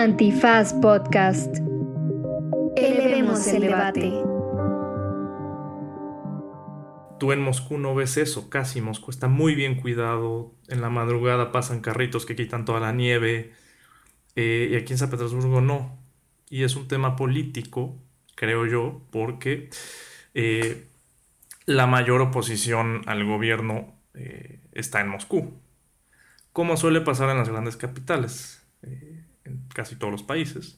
Antifaz Podcast. Elevemos el debate. Tú en Moscú no ves eso, casi Moscú está muy bien cuidado, en la madrugada pasan carritos que quitan toda la nieve, y aquí en San Petersburgo no. Y es un tema político, creo yo, porque eh, la mayor oposición al gobierno está en Moscú, como suele pasar en las grandes capitales, en casi todos los países.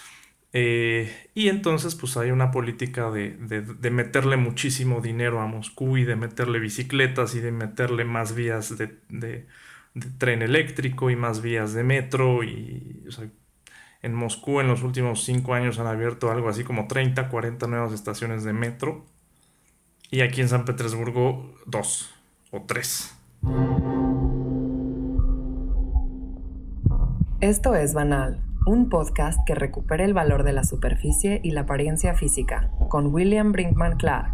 Y entonces pues hay una política de meterle muchísimo dinero a Moscú y de meterle bicicletas y de meterle más vías de tren eléctrico y más vías de metro. Y o sea, en Moscú en los últimos 5 años han abierto algo así como 30, 40 nuevas estaciones de metro. Y aquí en San Petersburgo 2 o 3. Esto es Banal, un podcast que recupera el valor de la superficie y la apariencia física, con William Brinkman Clark.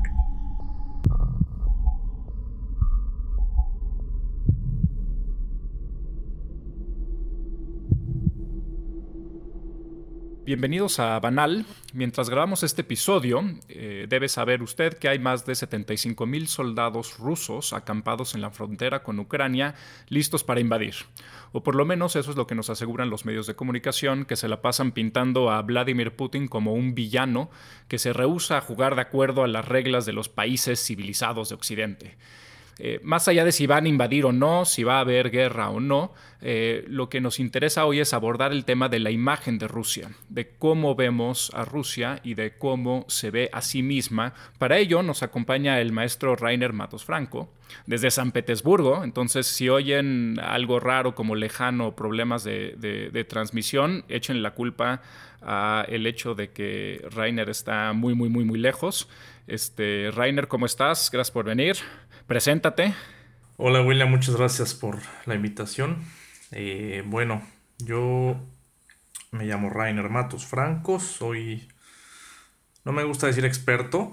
Bienvenidos a Banal. Mientras grabamos este episodio, debe saber usted que hay más de 75,000 soldados rusos acampados en la frontera con Ucrania, listos para invadir. O por lo menos eso es lo que nos aseguran los medios de comunicación, que se la pasan pintando a Vladimir Putin como un villano que se rehúsa a jugar de acuerdo a las reglas de los países civilizados de Occidente. Más allá de si van a invadir o no, si va a haber guerra o no, lo que nos interesa hoy es abordar el tema de la imagen de Rusia, de cómo vemos a Rusia y de cómo se ve a sí misma. Para ello nos acompaña el maestro Rainer Matos Franco, desde San Petersburgo. Entonces, si oyen algo raro como lejano o problemas de transmisión, echen la culpa a el hecho de que Rainer está muy lejos. Rainer, ¿cómo estás? Gracias por venir. Preséntate. Hola William, muchas gracias por la invitación. Bueno, yo me llamo Rainer Matos Franco, no me gusta decir experto,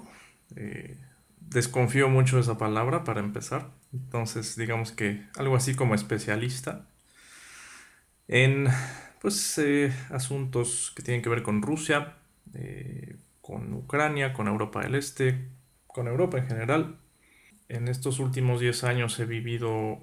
desconfío mucho de esa palabra para empezar, entonces digamos que algo así como especialista en asuntos que tienen que ver con Rusia, con Ucrania, con Europa del Este, con Europa en general. En estos últimos 10 años he vivido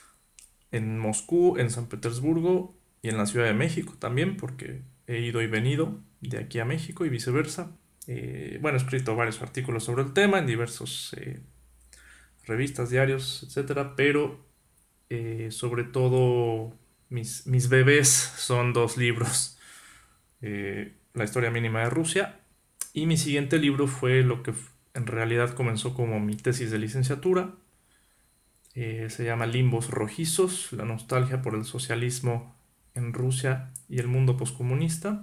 en Moscú, en San Petersburgo y en la Ciudad de México también, porque he ido y venido de aquí a México y viceversa. He escrito varios artículos sobre el tema en diversas revistas, diarios, etcétera, pero sobre todo mis bebés son 2 libros. La historia mínima de Rusia, y mi siguiente libro fue lo que en realidad comenzó como mi tesis de licenciatura. Se llama Limbos Rojizos, la nostalgia por el socialismo en Rusia y el mundo poscomunista.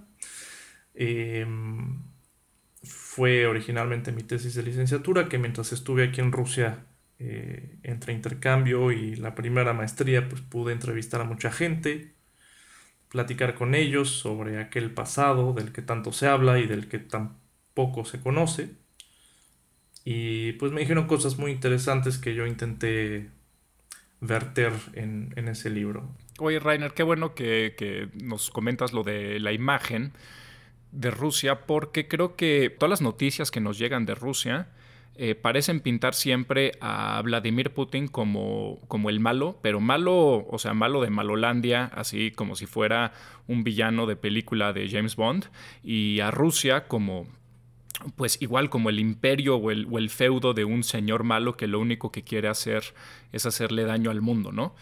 Fue originalmente mi tesis de licenciatura, que mientras estuve aquí en Rusia, entre intercambio y la primera maestría, pues pude entrevistar a mucha gente, platicar con ellos sobre aquel pasado del que tanto se habla y del que tan poco se conoce. Y pues me dijeron cosas muy interesantes que yo intenté verter en ese libro. Oye, Rainer, qué bueno que nos comentas lo de la imagen de Rusia, porque creo que todas las noticias que nos llegan de Rusia parecen pintar siempre a Vladimir Putin como el malo, pero malo, o sea, malo de Malolandia, así como si fuera un villano de película de James Bond, y a Rusia como, pues igual como el imperio o el feudo de un señor malo que lo único que quiere hacer es hacerle daño al mundo, ¿no?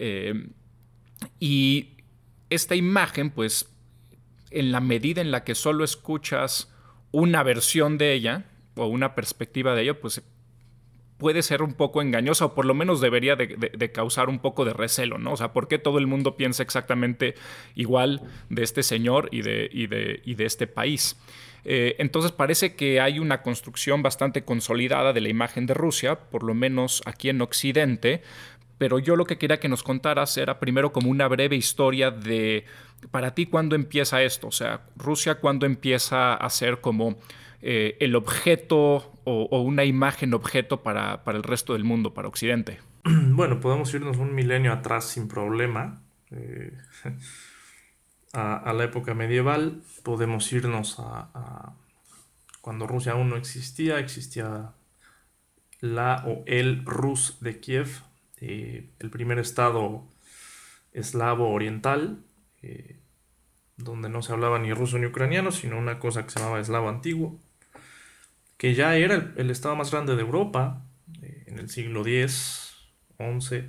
Y esta imagen, pues, en la medida en la que solo escuchas una versión de ella o una perspectiva de ella, pues puede ser un poco engañosa, o por lo menos debería de causar un poco de recelo, ¿no? O sea, ¿por qué todo el mundo piensa exactamente igual de este señor y de este país? Entonces parece que hay una construcción bastante consolidada de la imagen de Rusia, por lo menos aquí en Occidente, pero yo lo que quería que nos contaras era primero como una breve historia de, para ti, ¿cuándo empieza esto? O sea, Rusia, ¿cuándo empieza a ser como el objeto o una imagen objeto para el resto del mundo, para Occidente? Bueno, podemos irnos un milenio atrás sin problema. a la época medieval, podemos irnos a cuando Rusia aún no existía, existía la o el Rus de Kiev, el primer estado eslavo oriental, donde no se hablaba ni ruso ni ucraniano, sino una cosa que se llamaba eslavo antiguo, que ya era el estado más grande de Europa en el siglo X, XI,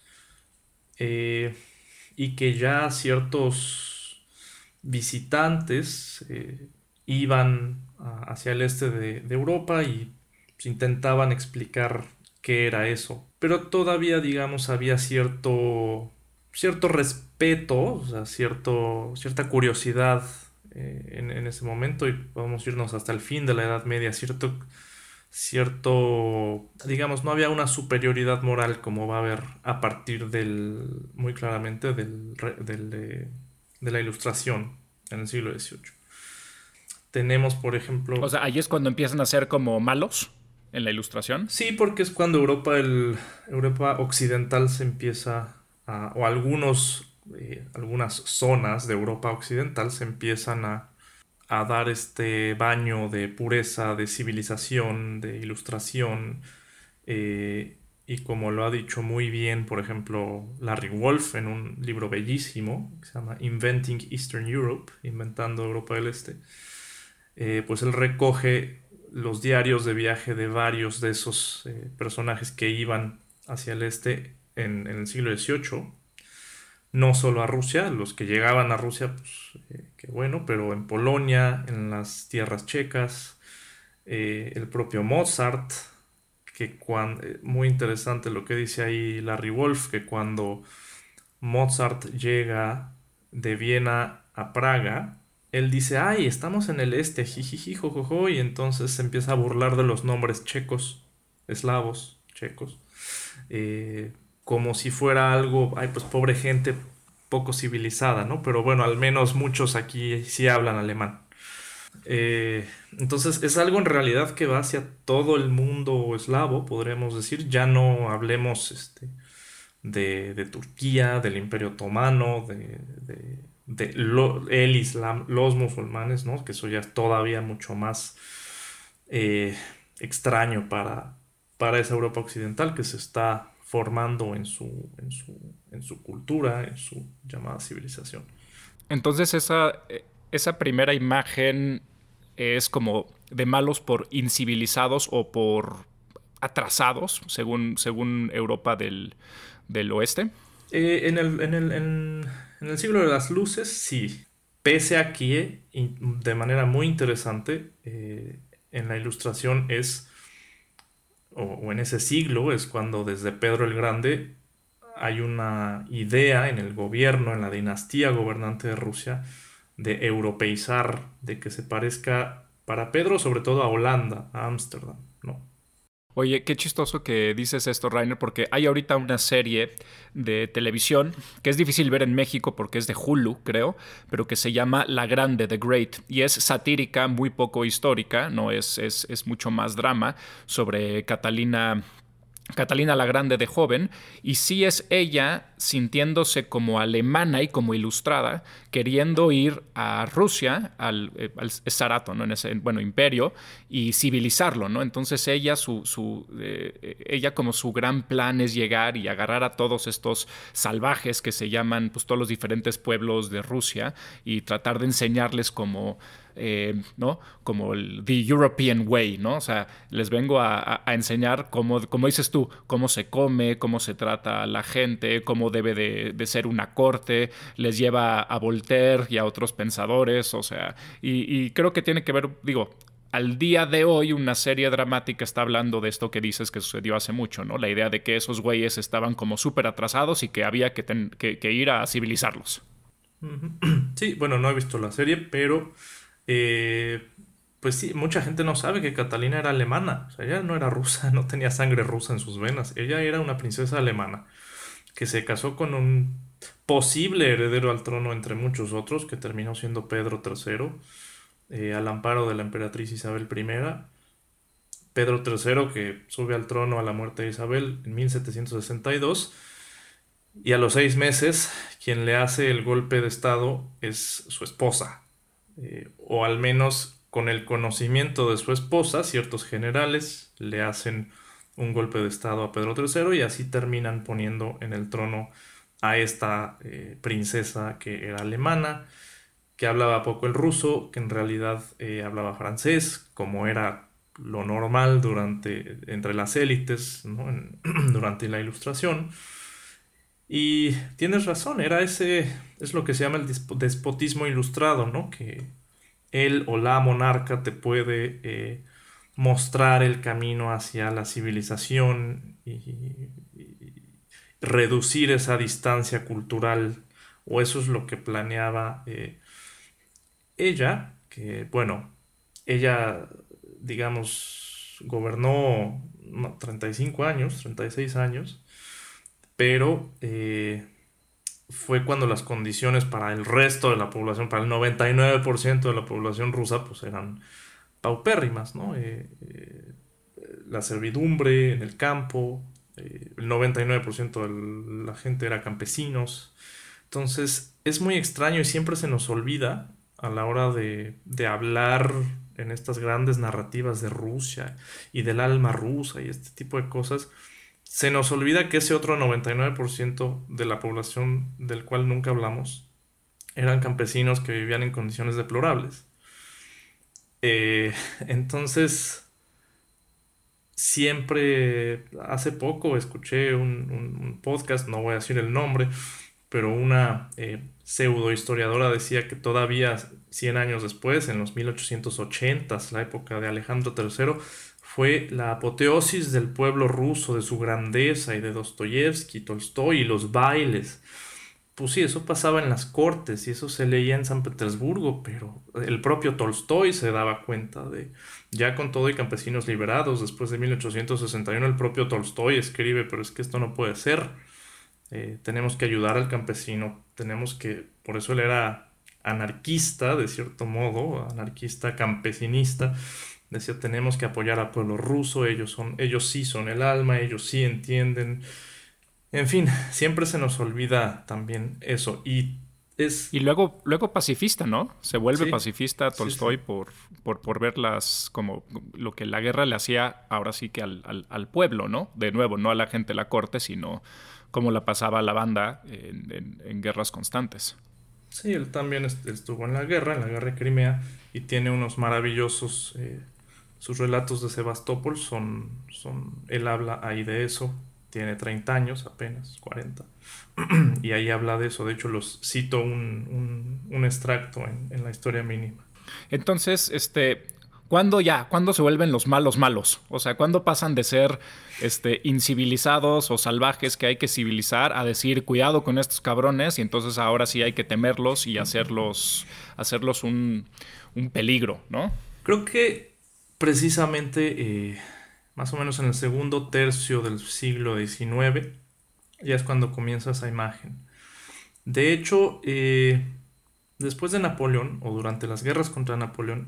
y que ya ciertos visitantes iban hacia el este de Europa y pues, intentaban explicar qué era eso. Pero todavía, digamos, había cierto respeto, o sea, cierta curiosidad en ese momento, y podemos irnos hasta el fin de la Edad Media, digamos, no había una superioridad moral como va a haber a partir muy claramente de la Ilustración en el siglo XVIII. Tenemos, por ejemplo... O sea, ahí es cuando empiezan a ser como malos en la Ilustración. Sí, porque es cuando Europa occidental se empieza o algunas zonas de Europa occidental se empiezan a dar este baño de pureza, de civilización, de ilustración, y como lo ha dicho muy bien, por ejemplo, Larry Wolff en un libro bellísimo que se llama Inventing Eastern Europe, Inventando Europa del Este, pues él recoge los diarios de viaje de varios de esos personajes que iban hacia el este en el siglo XVIII, no solo a Rusia, los que llegaban a Rusia, pues qué bueno, pero en Polonia, en las tierras checas, el propio Mozart, muy interesante lo que dice ahí Larry Wolff, que cuando Mozart llega de Viena a Praga, él dice, ay, estamos en el este, jijiji, jojojo, y entonces se empieza a burlar de los nombres checos, eslavos, checos, como si fuera algo, ay, pues pobre gente poco civilizada, ¿no? Pero bueno, al menos muchos aquí sí hablan alemán. Entonces es algo en realidad que va hacia todo el mundo eslavo, podríamos decir. Ya no hablemos de Turquía, del Imperio Otomano, el Islam, los musulmanes, ¿no? Que eso ya es todavía mucho más extraño para esa Europa occidental que se está formando en su cultura, en su llamada civilización. Entonces esa primera imagen es como de malos por incivilizados o por atrasados, según Europa del oeste. En el siglo de las luces, sí. Pese a que, de manera muy interesante, en la Ilustración o en ese siglo, es cuando desde Pedro el Grande hay una idea en el gobierno, en la dinastía gobernante de Rusia, de europeizar, de que se parezca para Pedro sobre todo a Holanda, a Ámsterdam, ¿no? Oye, qué chistoso que dices esto, Rainer, porque hay ahorita una serie de televisión que es difícil ver en México porque es de Hulu, creo, pero que se llama La Grande, The Great, y es satírica, muy poco histórica, no es mucho más drama sobre Catalina la Grande de joven, y sí es ella sintiéndose como alemana y como ilustrada, queriendo ir a Rusia, al Zarato, ¿no? En ese, bueno, imperio, y civilizarlo, ¿no? Entonces ella, ella como su gran plan es llegar y agarrar a todos estos salvajes que se llaman, pues, todos los diferentes pueblos de Rusia, y tratar de enseñarles como... ¿no? Como the European way, ¿no? O sea, les vengo a enseñar como dices tú, cómo se come, cómo se trata a la gente, cómo debe de ser una corte. Les lleva a Voltaire y a otros pensadores, o sea, y creo que tiene que ver, digo, al día de hoy una serie dramática está hablando de esto que dices que sucedió hace mucho, ¿no? La idea de que esos güeyes estaban como súper atrasados y que había que ir a civilizarlos. Sí, bueno, no he visto la serie, pero... pues sí, mucha gente no sabe que Catalina era alemana. O sea, ella no era rusa, no tenía sangre rusa en sus venas. Ella era una princesa alemana que se casó con un posible heredero al trono entre muchos otros, que terminó siendo Pedro III, al amparo de la emperatriz Isabel I. Pedro III, que sube al trono a la muerte de Isabel en 1762, Y a los 6 meses, quien le hace el golpe de estado es su esposa, o al menos con el conocimiento de su esposa, ciertos generales le hacen un golpe de estado a Pedro III y así terminan poniendo en el trono a esta princesa que era alemana, que hablaba poco el ruso, que en realidad hablaba francés, como era lo normal entre las élites, ¿no? Durante la Ilustración. Y tienes razón, es lo que se llama el despotismo ilustrado, ¿no? Que él o la monarca te puede mostrar el camino hacia la civilización y reducir esa distancia cultural, o eso es lo que planeaba ella, que bueno, ella, digamos, gobernó 35 años, 36 años, pero fue cuando las condiciones para el resto de la población, para el 99% de la población rusa, pues eran paupérrimas, ¿no? La servidumbre en el campo, el 99% de la gente era campesinos. Entonces es muy extraño y siempre se nos olvida a la hora de hablar en estas grandes narrativas de Rusia y del alma rusa y este tipo de cosas. Se nos olvida que ese otro 99% de la población del cual nunca hablamos eran campesinos que vivían en condiciones deplorables. Entonces, siempre, hace poco escuché un podcast, no voy a decir el nombre, pero una pseudo historiadora decía que todavía 100 años después, en los 1880s, la época de Alejandro III, fue la apoteosis del pueblo ruso, de su grandeza y de Dostoyevsky, Tolstoy y los bailes. Pues sí, eso pasaba en las cortes y eso se leía en San Petersburgo, pero el propio Tolstoy se daba cuenta ya con todo y campesinos liberados, después de 1861 el propio Tolstoy escribe, pero es que esto no puede ser. Tenemos que ayudar al campesino, por eso él era anarquista, de cierto modo, anarquista campesinista. Decía, tenemos que apoyar al pueblo ruso, ellos sí son el alma, ellos sí entienden. En fin, siempre se nos olvida también eso. Y luego pacifista, ¿no? Se vuelve Sí, pacifista sí, Tolstoy sí. por verlas como lo que la guerra le hacía ahora sí que al pueblo, ¿no? De nuevo, no a la gente de la corte, sino cómo la pasaba la banda en guerras constantes. Sí, él también estuvo en la guerra de Crimea, y tiene unos maravillosos, sus relatos de Sebastopol él habla ahí de eso, tiene 30 años apenas, 40, y ahí habla de eso, de hecho los cito un extracto en la historia mínima. Entonces, ¿cuándo se vuelven los malos malos? O sea, ¿cuándo pasan de ser incivilizados o salvajes que hay que civilizar a decir, cuidado con estos cabrones, y entonces ahora sí hay que temerlos y hacerlos un peligro, ¿no? Creo que precisamente más o menos en el segundo tercio del siglo XIX ya es cuando comienza esa imagen. De hecho, después de Napoleón, o durante las guerras contra Napoleón,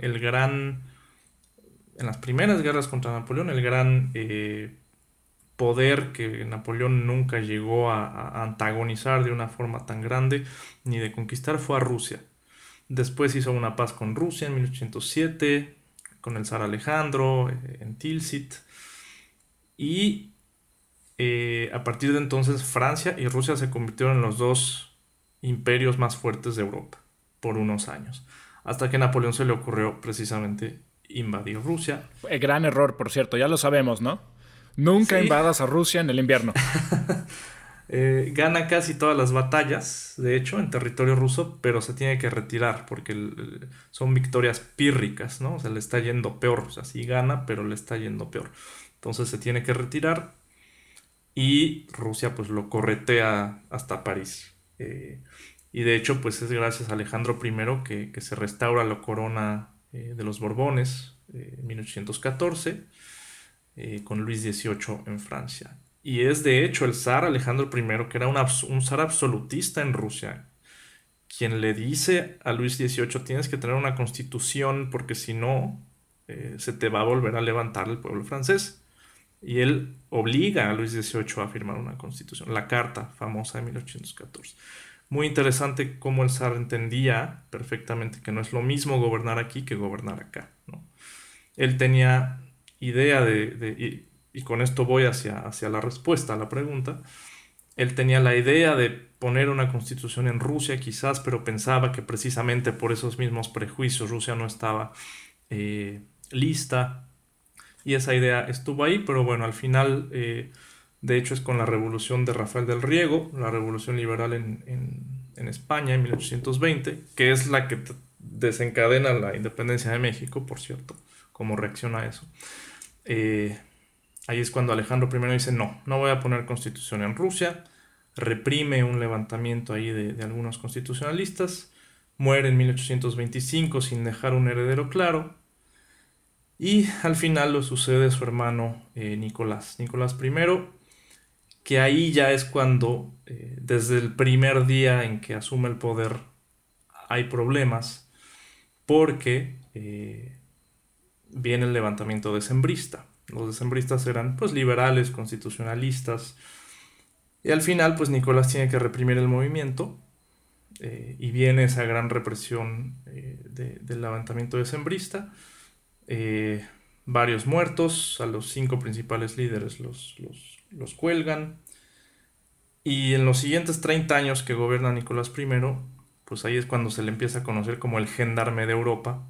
en las primeras guerras contra Napoleón, el gran poder que Napoleón nunca llegó a antagonizar de una forma tan grande ni de conquistar fue a Rusia. Después hizo una paz con Rusia en 1807, con el zar Alejandro en Tilsit, y a partir de entonces Francia y Rusia se convirtieron en los dos imperios más fuertes de Europa por unos años, hasta que a Napoleón se le ocurrió precisamente invadir Rusia. Gran error, por cierto, ya lo sabemos, ¿no? Nunca Sí, invadas a Rusia en el invierno. gana casi todas las batallas, de hecho, en territorio ruso, pero se tiene que retirar porque son victorias pírricas, ¿no? O sea, le está yendo peor, o sea, sí gana, pero le está yendo peor. Entonces se tiene que retirar y Rusia pues lo corretea hasta París. Y de hecho pues es gracias a Alejandro I que se restaura la corona de los Borbones en 1814, con Luis XVIII en Francia. Y es de hecho el zar Alejandro I, que era un zar absolutista en Rusia, quien le dice a Luis XVIII, tienes que tener una constitución porque si no, se te va a volver a levantar el pueblo francés. Y él obliga a Luis XVIII a firmar una constitución, la Carta famosa de 1814. Muy interesante cómo el zar entendía perfectamente que no es lo mismo gobernar aquí que gobernar acá, ¿no? Él tenía idea y con esto voy hacia la respuesta a la pregunta. Él tenía la idea de poner una constitución en Rusia quizás, pero pensaba que precisamente por esos mismos prejuicios Rusia no estaba lista, y esa idea estuvo ahí, pero bueno, al final, de hecho es con la revolución de Rafael del Riego, la revolución liberal en España en 1820, que es la que desencadena la independencia de México, por cierto, como reacción a eso. Ahí es cuando Alejandro I dice, no voy a poner constitución en Rusia, reprime un levantamiento ahí de algunos constitucionalistas, muere en 1825 sin dejar un heredero claro, y al final lo sucede su hermano Nicolás I, que ahí ya es cuando, desde el primer día en que asume el poder, hay problemas, porque viene el levantamiento decembrista. Los decembristas eran pues liberales, constitucionalistas, y al final pues Nicolás tiene que reprimir el movimiento, y viene esa gran represión del levantamiento decembrista. Varios muertos, a los 5 principales líderes los cuelgan, y en los siguientes 30 años que gobierna Nicolás I, pues ahí es cuando se le empieza a conocer como el gendarme de Europa,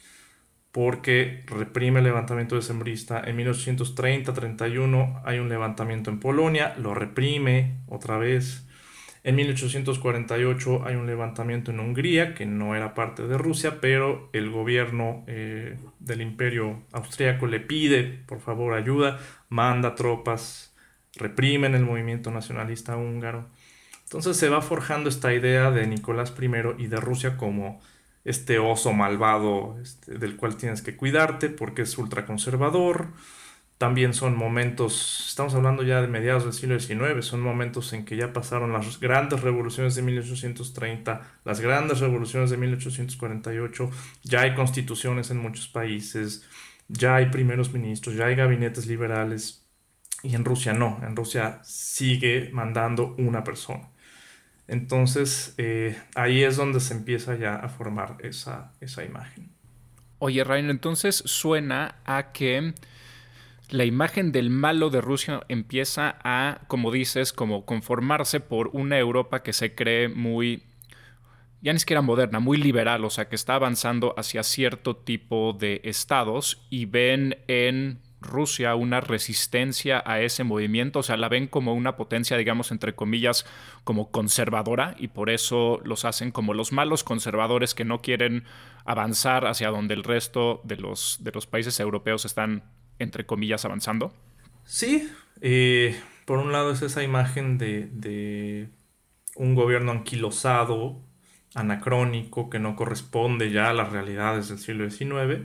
porque reprime el levantamiento decembrista. En 1830-31 hay un levantamiento en Polonia, lo reprime otra vez. En 1848 hay un levantamiento en Hungría, que no era parte de Rusia, pero el gobierno del Imperio Austriaco le pide, por favor, ayuda, manda tropas, reprimen el movimiento nacionalista húngaro. Entonces se va forjando esta idea de Nicolás I y de Rusia como este oso malvado, del cual tienes que cuidarte porque es ultraconservador. También son momentos, estamos hablando ya de mediados del siglo XIX, son momentos en que ya pasaron las grandes revoluciones de 1830, las grandes revoluciones de 1848, ya hay constituciones en muchos países, ya hay primeros ministros, ya hay gabinetes liberales, y en Rusia no, en Rusia sigue mandando una persona. Entonces, ahí es donde se empieza ya a formar esa imagen. Oye, Rainer, entonces suena a que la imagen del malo de Rusia empieza a, como dices, como conformarse por una Europa que se cree muy, ya ni siquiera moderna, muy liberal, o sea, que está avanzando hacia cierto tipo de estados, y ven en Rusia una resistencia a ese movimiento, o sea, la ven como una potencia, digamos, entre comillas, como conservadora, y por eso los hacen como los malos conservadores que no quieren avanzar hacia donde el resto de los países europeos están, entre comillas, avanzando. Sí, por un lado es esa imagen de un gobierno anquilosado, anacrónico, que no corresponde ya a las realidades del siglo XIX.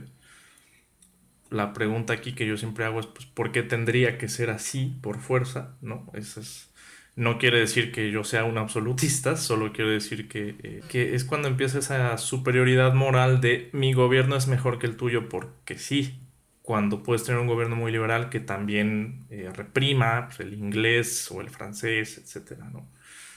La pregunta aquí que yo siempre hago es, pues, ¿por qué tendría que ser así por fuerza? ¿No? No quiere decir que yo sea un absolutista, solo quiere decir que es cuando empieza esa superioridad moral de mi gobierno es mejor que el tuyo porque sí, cuando puedes tener un gobierno muy liberal que también reprima pues, el inglés o el francés, etcétera, ¿no?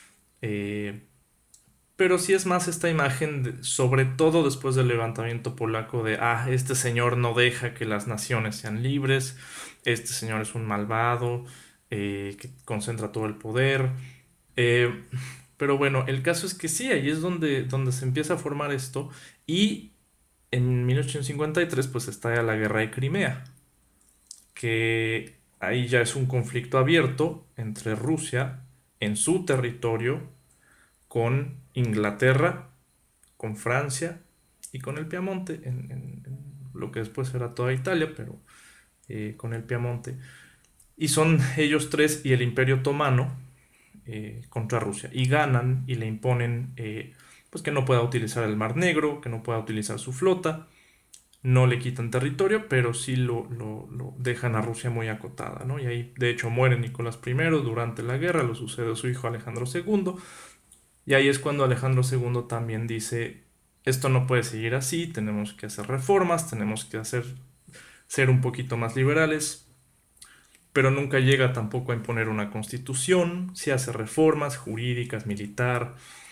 Pero sí es más esta imagen, sobre todo después del levantamiento polaco, de, este señor no deja que las naciones sean libres, este señor es un malvado, que concentra todo el poder. Pero bueno, el caso es que sí, ahí es donde se empieza a formar esto, y en 1853 pues estalla la guerra de Crimea, que ahí ya es un conflicto abierto entre Rusia en su territorio con Inglaterra, con Francia y con el Piamonte, en lo que después será toda Italia, pero con el Piamonte. Y son ellos tres y el Imperio Otomano contra Rusia. Y ganan y le imponen pues que no pueda utilizar el Mar Negro, que no pueda utilizar su flota. No le quitan territorio, pero sí lo dejan a Rusia muy acotada, ¿no? Y ahí, de hecho, muere Nicolás I durante la guerra, lo sucede a su hijo Alejandro II. Y ahí es cuando Alejandro II también dice, esto no puede seguir así, tenemos que hacer reformas, tenemos que ser un poquito más liberales. pero nunca llega tampoco a imponer una constitución. Sí hace reformas jurídicas, militar,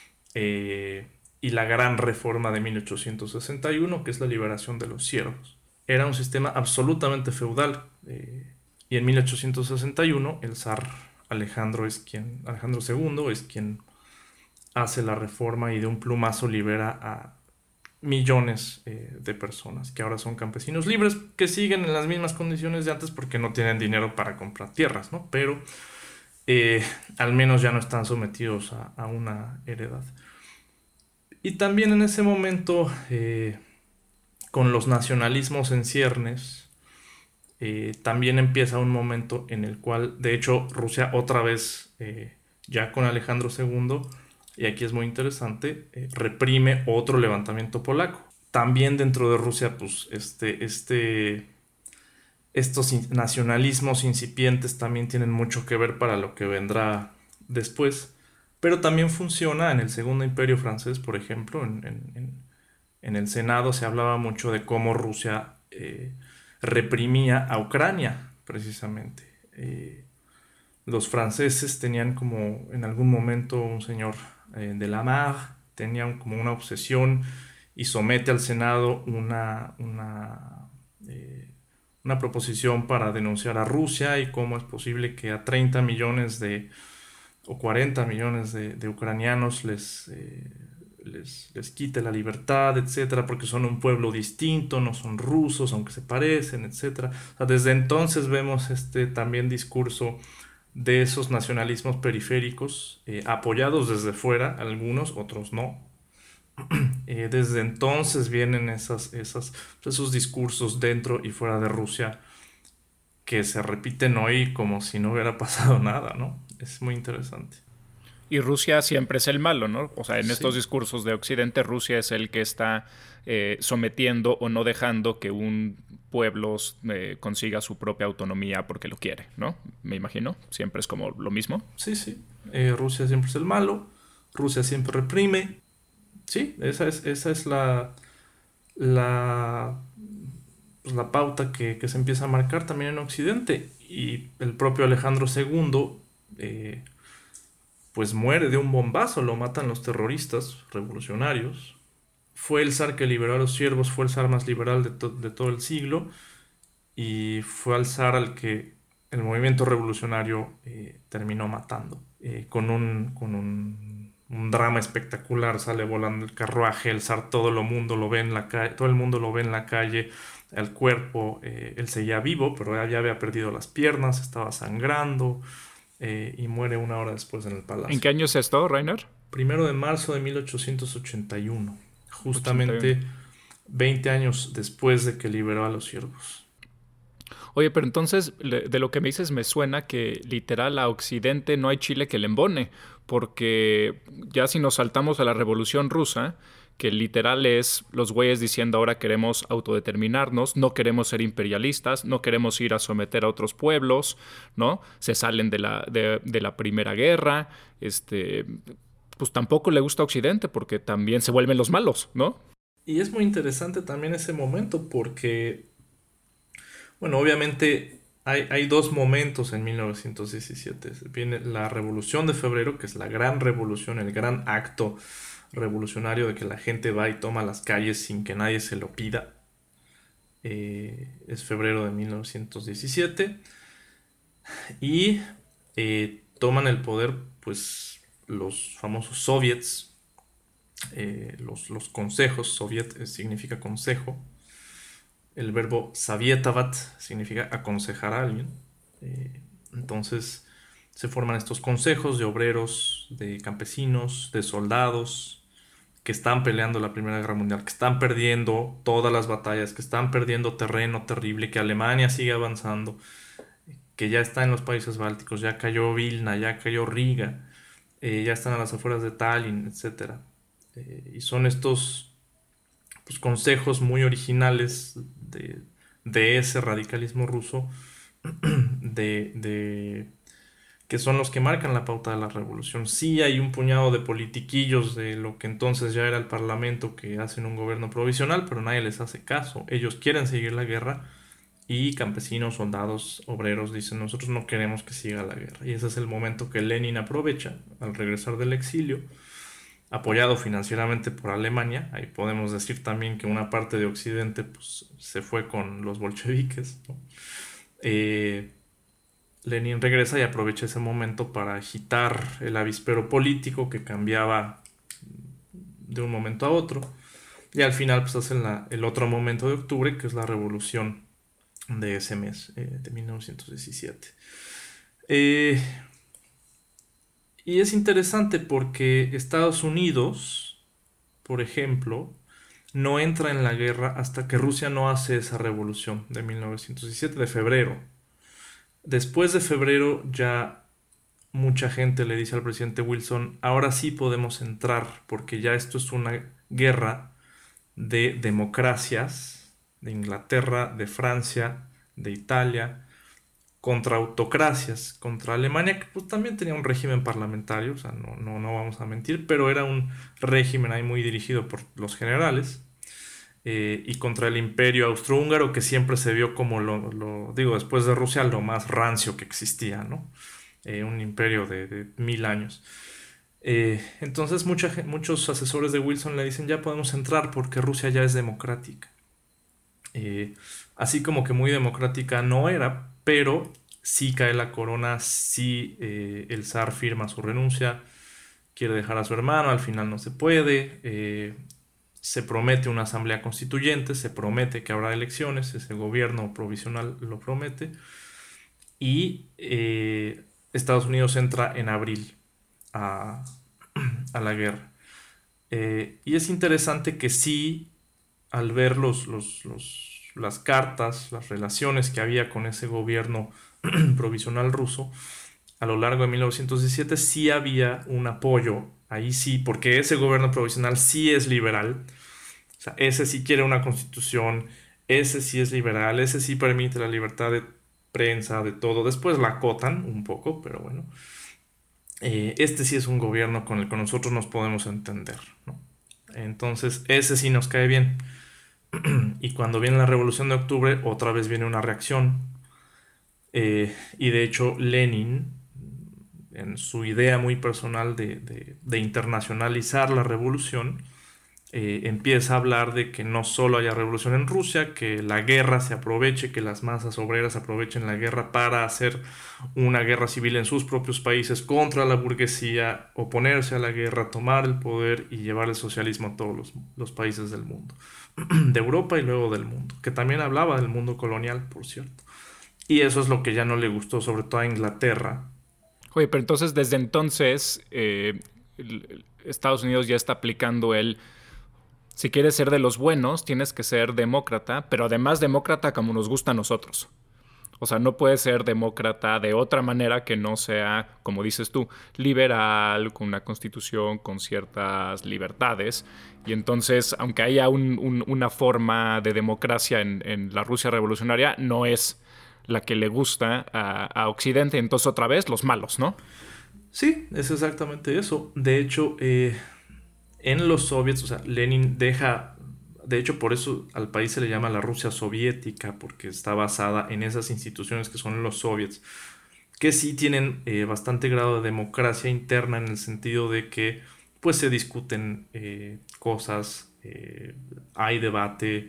y la gran reforma de 1861, que es la liberación de los siervos. Era un sistema absolutamente feudal, y en 1861 el zar Alejandro II es quien hace la reforma y de un plumazo libera a millones de personas que ahora son campesinos libres, que siguen en las mismas condiciones de antes porque no tienen dinero para comprar tierras, ¿no? Pero al menos ya no están sometidos a una heredad. Y también en ese momento, con los nacionalismos en ciernes, también empieza un momento en el cual, de hecho, Rusia otra vez, ya con Alejandro II, y aquí es muy interesante, reprime otro levantamiento polaco. También dentro de Rusia, pues, estos nacionalismos incipientes también tienen mucho que ver para lo que vendrá después, pero también funciona en el Segundo Imperio Francés, por ejemplo, en el Senado se hablaba mucho de cómo Rusia reprimía a Ucrania, precisamente. Los franceses tenían como en algún momento un señor de la Marre, tenía como una obsesión y somete al Senado una proposición para denunciar a Rusia y cómo es posible que a 30 millones o 40 millones de ucranianos les quite la libertad, etcétera, porque son un pueblo distinto, no son rusos, aunque se parecen, etcétera. O sea, desde entonces vemos también discurso de esos nacionalismos periféricos, apoyados desde fuera, algunos, otros no. Desde entonces vienen esos discursos dentro y fuera de Rusia que se repiten hoy como si no hubiera pasado nada, ¿no? Es muy interesante. Y Rusia siempre es el malo, ¿no? O sea, en estos Sí. discursos de Occidente, Rusia es el que está sometiendo o no dejando que un pueblo consiga su propia autonomía porque lo quiere, ¿no? Me imagino. Siempre es como lo mismo. Sí, sí. Rusia siempre es el malo, Rusia siempre reprime. Sí, esa es la, pues, la pauta que se empieza a marcar también en Occidente. Y el propio Alejandro II, pues muere de un bombazo, lo matan los terroristas revolucionarios. Fue el zar que liberó a los siervos, fue el zar más liberal de todo el siglo, y fue al zar al que el movimiento revolucionario terminó matando. Un drama espectacular, sale volando el carruaje, el zar todo el mundo lo ve en la calle, todo el mundo lo ve en la calle, el cuerpo, él seguía vivo, pero ya había perdido las piernas, estaba sangrando, y muere una hora después en el ¿En palacio. qué año es esto, Rainer? 1 de marzo de 1881, 81. justamente 20 años después de que liberó a los siervos. Oye, pero entonces de lo que me dices me suena que literal a Occidente no hay chile que le embone, porque ya si nos saltamos a la Revolución Rusa, que literal es los güeyes diciendo ahora queremos autodeterminarnos, no queremos ser imperialistas, no queremos ir a someter a otros pueblos, ¿no? Se salen de la Primera Guerra, pues tampoco le gusta a Occidente porque también se vuelven los malos, ¿no? Y es muy interesante también ese momento porque, bueno, obviamente hay dos momentos en 1917. Viene la Revolución de Febrero, que es la gran revolución, el gran acto revolucionario de que la gente va y toma las calles sin que nadie se lo pida. Es febrero de 1917 y toman el poder, pues, los famosos soviets, los consejos. Soviet significa consejo. El verbo savietavat significa aconsejar a alguien. Entonces se forman estos consejos de obreros, de campesinos, de soldados que están peleando la Primera Guerra Mundial, que están perdiendo todas las batallas, que están perdiendo terreno terrible, que Alemania sigue avanzando, que ya está en los países bálticos, ya cayó Vilna, ya cayó Riga, ya están a las afueras de Tallinn, etcétera. Y son estos, pues, consejos muy originales de ese radicalismo ruso, que son los que marcan la pauta de la revolución. Sí hay un puñado de politiquillos de lo que entonces ya era el Parlamento que hacen un gobierno provisional, pero nadie les hace caso. Ellos quieren seguir la guerra y campesinos, soldados, obreros dicen nosotros no queremos que siga la guerra. Y ese es el momento que Lenin aprovecha al regresar del exilio, apoyado financieramente por Alemania. Ahí podemos decir también que una parte de Occidente pues, se fue con los bolcheviques, ¿no? Lenin regresa y aprovecha ese momento para agitar el avispero político que cambiaba de un momento a otro. Y al final pues hacen el otro momento de octubre, que es la revolución de ese mes, de 1917. Y es interesante porque Estados Unidos, por ejemplo, no entra en la guerra hasta que Rusia no hace esa revolución de 1917, de febrero. Después de febrero ya mucha gente le dice al presidente Wilson, ahora sí podemos entrar porque ya esto es una guerra de democracias, de Inglaterra, de Francia, de Italia, contra autocracias, contra Alemania, que pues también tenía un régimen parlamentario, o sea, no vamos a mentir, pero era un régimen ahí muy dirigido por los generales, y contra el imperio austrohúngaro, que siempre se vio como digo, después de Rusia, lo más rancio que existía, ¿no? Un imperio de 1000 años. Entonces muchos asesores de Wilson le dicen ya podemos entrar porque Rusia ya es democrática. Así como que muy democrática no era, pero sí cae la corona, sí el zar firma su renuncia, quiere dejar a su hermano, al final no se puede, se promete una asamblea constituyente, se promete que habrá elecciones, ese gobierno provisional lo promete, y Estados Unidos entra en abril a la guerra. Y es interesante que sí, al ver las cartas, las relaciones que había con ese gobierno provisional ruso, a lo largo de 1917 sí había un apoyo, ahí sí, porque ese gobierno provisional sí es liberal, o sea, ese sí quiere una constitución, ese sí es liberal, ese sí permite la libertad de prensa, de todo, después la acotan un poco, pero bueno, este sí es un gobierno con el que nosotros nos podemos entender, ¿no? Entonces, ese sí nos cae bien. Y cuando viene la Revolución de Octubre, otra vez viene una reacción. Y de hecho, Lenin, en su idea muy personal de internacionalizar la revolución, empieza a hablar de que no solo haya revolución en Rusia, que la guerra se aproveche, que las masas obreras aprovechen la guerra para hacer una guerra civil en sus propios países contra la burguesía, oponerse a la guerra, tomar el poder y llevar el socialismo a todos los países del mundo, de Europa y luego del mundo, que también hablaba del mundo colonial, por cierto. Y eso es lo que ya no le gustó, sobre todo a Inglaterra. Oye, pero entonces desde entonces Estados Unidos ya está aplicando si quieres ser de los buenos, tienes que ser demócrata, pero además demócrata como nos gusta a nosotros. O sea, no puedes ser demócrata de otra manera que no sea, como dices tú, liberal, con una constitución, con ciertas libertades. Y entonces, aunque haya una forma de democracia en la Rusia revolucionaria, no es la que le gusta a Occidente. Entonces, otra vez, los malos, ¿no? Sí, es exactamente eso. De hecho, en los soviets, o sea, Lenin deja... De hecho, por eso al país se le llama la Rusia soviética, porque está basada en esas instituciones que son los soviets, que sí tienen bastante grado de democracia interna en el sentido de que pues se discuten cosas, hay debate,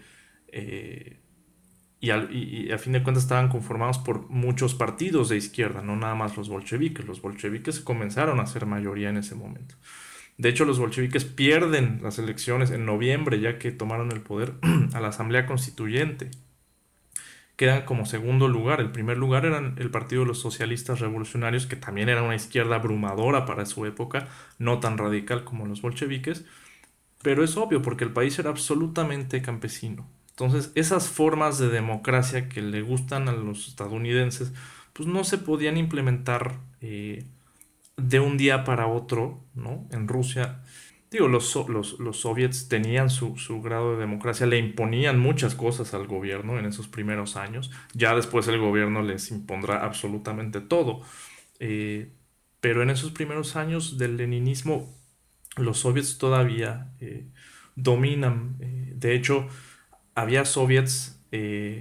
y a fin de cuentas estaban conformados por muchos partidos de izquierda, no nada más los bolcheviques. Los bolcheviques comenzaron a ser mayoría en ese momento. De hecho, los bolcheviques pierden las elecciones en noviembre, ya que tomaron el poder, a la Asamblea Constituyente. Quedan como segundo lugar. El primer lugar eran el Partido de los Socialistas Revolucionarios, que también era una izquierda abrumadora para su época, no tan radical como los bolcheviques, pero es obvio porque el país era absolutamente campesino. Entonces, esas formas de democracia que le gustan a los estadounidenses, pues no se podían implementar de un día para otro, ¿no? En Rusia, digo, los soviets tenían su grado de democracia, le imponían muchas cosas al gobierno en esos primeros años, ya después el gobierno les impondrá absolutamente todo, pero en esos primeros años del leninismo, los soviets todavía dominan, de hecho, había soviets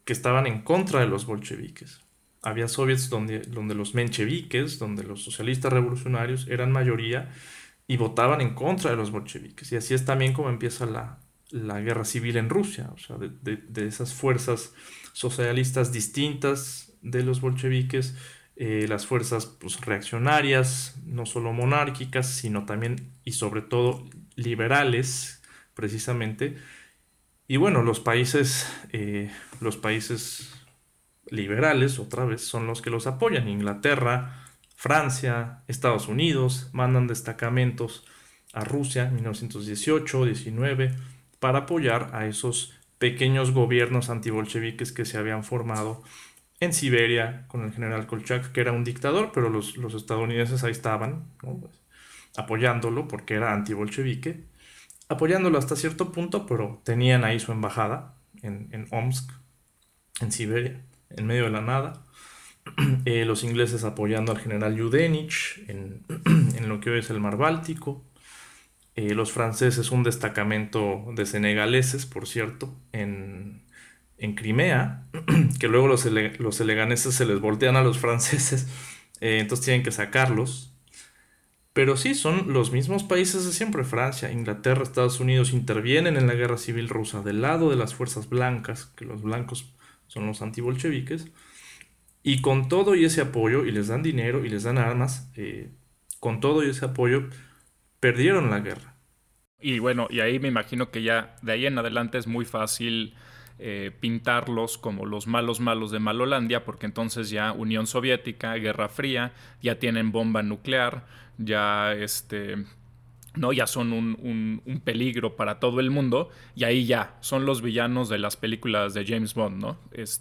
que estaban en contra de los bolcheviques. Había soviets donde los mencheviques, donde los socialistas revolucionarios eran mayoría y votaban en contra de los bolcheviques. Y así es también como empieza la guerra civil en Rusia, o sea, de esas fuerzas socialistas distintas de los bolcheviques, las fuerzas pues, reaccionarias, no solo monárquicas, sino también y sobre todo liberales, precisamente. Y bueno, los países liberales, otra vez, son los que los apoyan. Inglaterra, Francia, Estados Unidos, mandan destacamentos a Rusia en 1918-19 para apoyar a esos pequeños gobiernos antibolcheviques que se habían formado en Siberia con el general Kolchak, que era un dictador, pero los estadounidenses ahí estaban, ¿no? Pues, apoyándolo porque era antibolchevique, apoyándolo hasta cierto punto, pero tenían ahí su embajada en Omsk, en Siberia, en medio de la nada. Los ingleses apoyando al general Yudenich en lo que hoy es el Mar Báltico. Los franceses, un destacamento de senegaleses, por cierto, en Crimea, que luego los eleganeses se les voltean a los franceses, entonces tienen que sacarlos. Pero sí, son los mismos países de siempre. Francia, Inglaterra, Estados Unidos intervienen en la guerra civil rusa del lado de las fuerzas blancas, que los blancos son los antibolcheviques, y con todo y ese apoyo, y les dan dinero y les dan armas, con todo y ese apoyo, perdieron la guerra. Y bueno, y ahí me imagino que ya de ahí en adelante es muy fácil pintarlos como los malos malos de Malolandia, porque entonces ya Unión Soviética, Guerra Fría, ya tienen bomba nuclear, ya no, ya son un peligro para todo el mundo, y ahí ya son los villanos de las películas de James Bond, ¿no?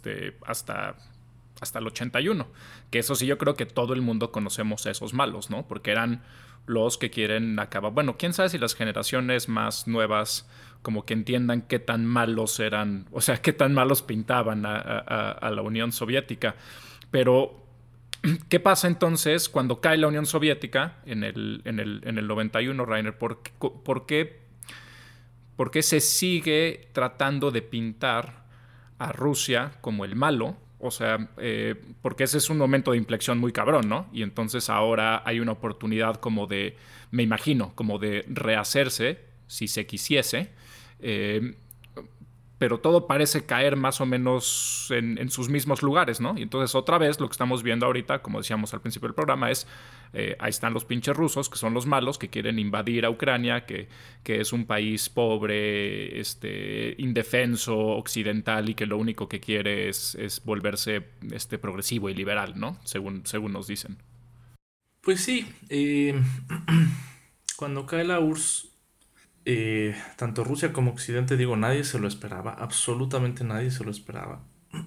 Hasta el 81, que eso sí yo creo que todo el mundo conocemos a esos malos, ¿no? Porque eran los que quieren acabar. Bueno, quién sabe si las generaciones más nuevas como que entiendan qué tan malos eran, o sea, qué tan malos pintaban a la Unión Soviética. Pero ¿qué pasa entonces cuando cae la Unión Soviética en el 91, Rainer? ¿Por qué se sigue tratando de pintar a Rusia como el malo? O sea, porque ese es un momento de inflexión muy cabrón, ¿no? Y entonces ahora hay una oportunidad como de, me imagino, como de rehacerse, si se quisiese, pero todo parece caer más o menos en sus mismos lugares, ¿no? Y entonces otra vez lo que estamos viendo ahorita, como decíamos al principio del programa, es ahí están los pinches rusos, que son los malos, que quieren invadir a Ucrania, que es un país pobre, indefenso, occidental, y que lo único que quiere es volverse progresivo y liberal, ¿no? Según nos dicen. Pues sí, cuando cae la URSS, tanto Rusia como Occidente, digo, nadie se lo esperaba, absolutamente nadie se lo esperaba.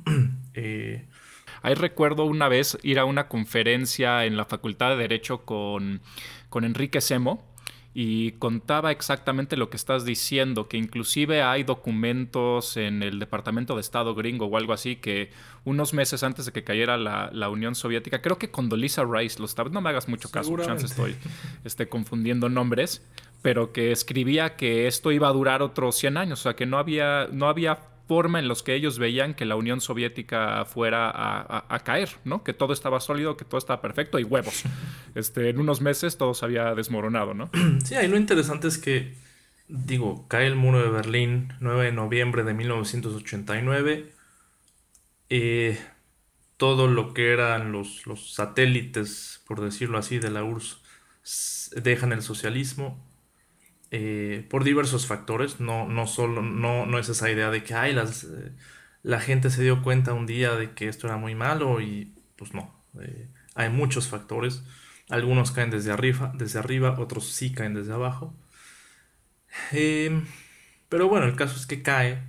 Ahí recuerdo una vez ir a una conferencia en la Facultad de Derecho con Enrique Semo, y contaba exactamente lo que estás diciendo, que inclusive hay documentos en el Departamento de Estado gringo o algo así, que unos meses antes de que cayera la Unión Soviética, creo que Condoleezza Rice, no me hagas mucho caso, chance estoy confundiendo nombres, pero que escribía que esto iba a durar otros 100 años, o sea, que no había forma en los que ellos veían que la Unión Soviética fuera a caer, ¿no? Que todo estaba sólido, que todo estaba perfecto y huevos. En unos meses todo se había desmoronado, ¿no? Sí, ahí lo interesante es que, digo, cae el muro de Berlín, 9 de noviembre de 1989. Todo lo que eran los satélites, por decirlo así, de la URSS dejan el socialismo. Por diversos factores, no es esa idea de que la gente se dio cuenta un día de que esto era muy malo, y pues no, hay muchos factores, algunos caen desde arriba, otros sí caen desde abajo, pero bueno, el caso es que cae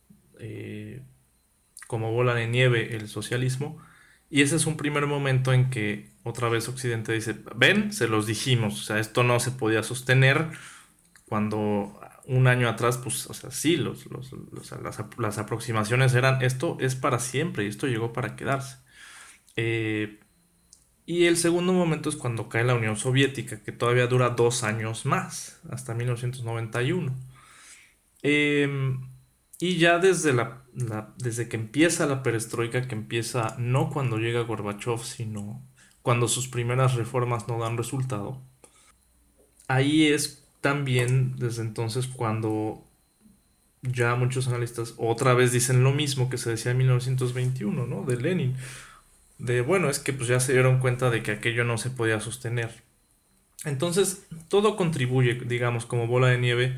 como bola de nieve el socialismo, y ese es un primer momento en que otra vez Occidente dice, ven, se los dijimos, o sea, esto no se podía sostener. Cuando un año atrás, pues, o sea, sí, las aproximaciones eran, esto es para siempre y esto llegó para quedarse. Y el segundo momento es cuando cae la Unión Soviética, que todavía dura 2 años más, hasta 1991. Y ya desde desde que empieza la perestroika, que empieza no cuando llega Gorbachov, sino cuando sus primeras reformas no dan resultado. Ahí es también desde entonces cuando ya muchos analistas otra vez dicen lo mismo que se decía en 1921, ¿no? De Lenin. Bueno, es que pues ya se dieron cuenta de que aquello no se podía sostener. Entonces, todo contribuye, digamos, como bola de nieve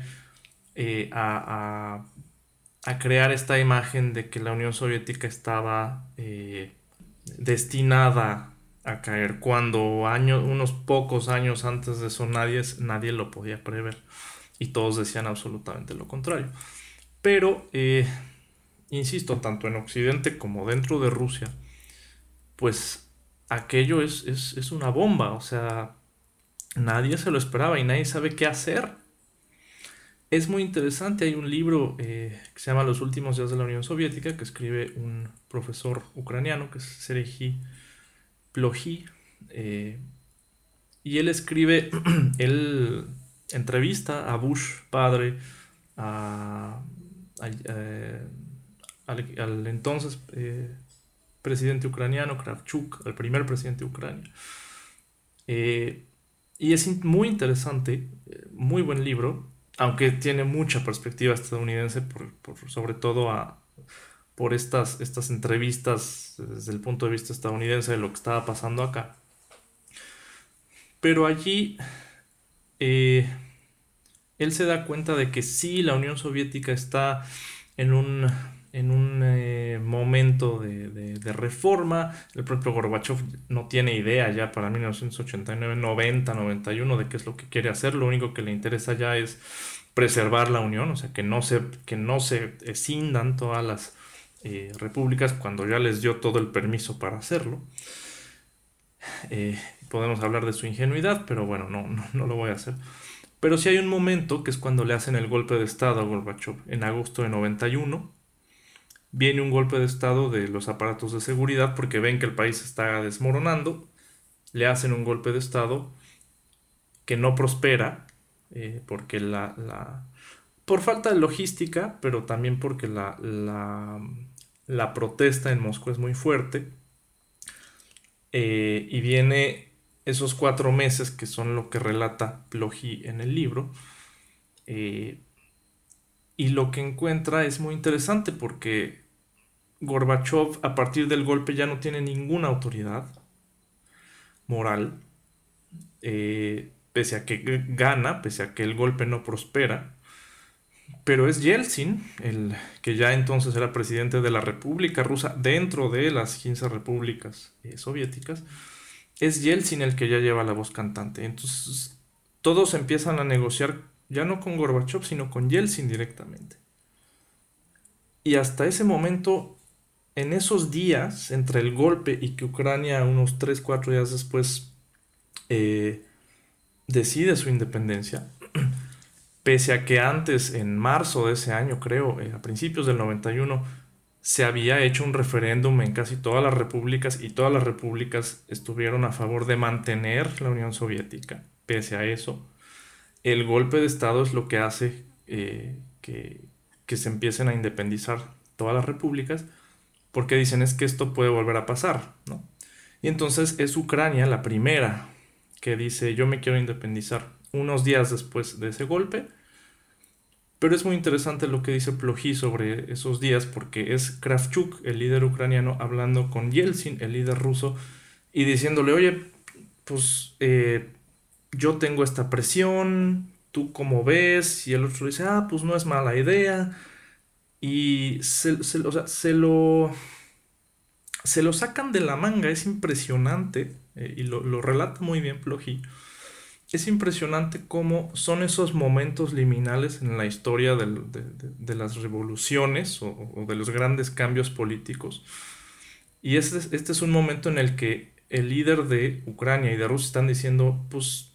a crear esta imagen de que la Unión Soviética estaba destinada a caer, cuando unos pocos años antes de eso nadie lo podía prever y todos decían absolutamente lo contrario. Pero, insisto, tanto en Occidente como dentro de Rusia, pues aquello es una bomba, o sea, nadie se lo esperaba y nadie sabe qué hacer. Es muy interesante, hay un libro que se llama Los últimos días de la Unión Soviética, que escribe un profesor ucraniano, que es Sergei Plokhý, y él escribe, él entrevista a Bush padre, al entonces presidente ucraniano, Kravchuk, al primer presidente de Ucrania. Y es muy interesante, muy buen libro, aunque tiene mucha perspectiva estadounidense, sobre todo por estas entrevistas desde el punto de vista estadounidense de lo que estaba pasando acá. Pero allí él se da cuenta de que sí, la Unión Soviética está en un momento de reforma. El propio Gorbachov no tiene idea ya para 1989, 90, 91 de qué es lo que quiere hacer. Lo único que le interesa ya es preservar la Unión, o sea, que no se escindan todas las repúblicas cuando ya les dio todo el permiso para hacerlo. Podemos hablar de su ingenuidad, pero bueno, no lo voy a hacer. Pero sí hay un momento que es cuando le hacen el golpe de estado a Gorbachov, en agosto de 91. Viene un golpe de estado de los aparatos de seguridad porque ven que el país se está desmoronando. Le hacen un golpe de estado que no prospera, porque por falta de logística, pero también porque la protesta en Moscú es muy fuerte. Y viene esos 4 meses que son lo que relata Plokhý en el libro. Y lo que encuentra es muy interesante porque Gorbachov a partir del golpe ya no tiene ninguna autoridad moral, pese a que gana, pese a que el golpe no prospera. Pero es Yeltsin, el que ya entonces era presidente de la República Rusa dentro de las 15 repúblicas soviéticas. Es Yeltsin el que ya lleva la voz cantante. Entonces todos empiezan a negociar ya no con Gorbachov, sino con Yeltsin directamente. Y hasta ese momento, en esos días, entre el golpe y que Ucrania unos 3-4 días después decide su independencia, pese a que antes, en marzo de ese año, creo, a principios del 91, se había hecho un referéndum en casi todas las repúblicas y todas las repúblicas estuvieron a favor de mantener la Unión Soviética. Pese a eso, el golpe de estado es lo que hace que se empiecen a independizar todas las repúblicas, porque dicen es que esto puede volver a pasar, ¿no? Y entonces es Ucrania la primera que dice yo me quiero independizar unos días después de ese golpe. Pero es muy interesante lo que dice Plokhý sobre esos días, porque es Kravchuk, el líder ucraniano, hablando con Yeltsin, el líder ruso, y diciéndole, oye, pues yo tengo esta presión, ¿tú cómo ves? Y el otro dice, pues no es mala idea. Y se lo sacan de la manga, es impresionante, y lo relata muy bien Plokhý. Es impresionante cómo son esos momentos liminales en la historia de las revoluciones o de los grandes cambios políticos. Y este es un momento en el que el líder de Ucrania y de Rusia están diciendo, pues,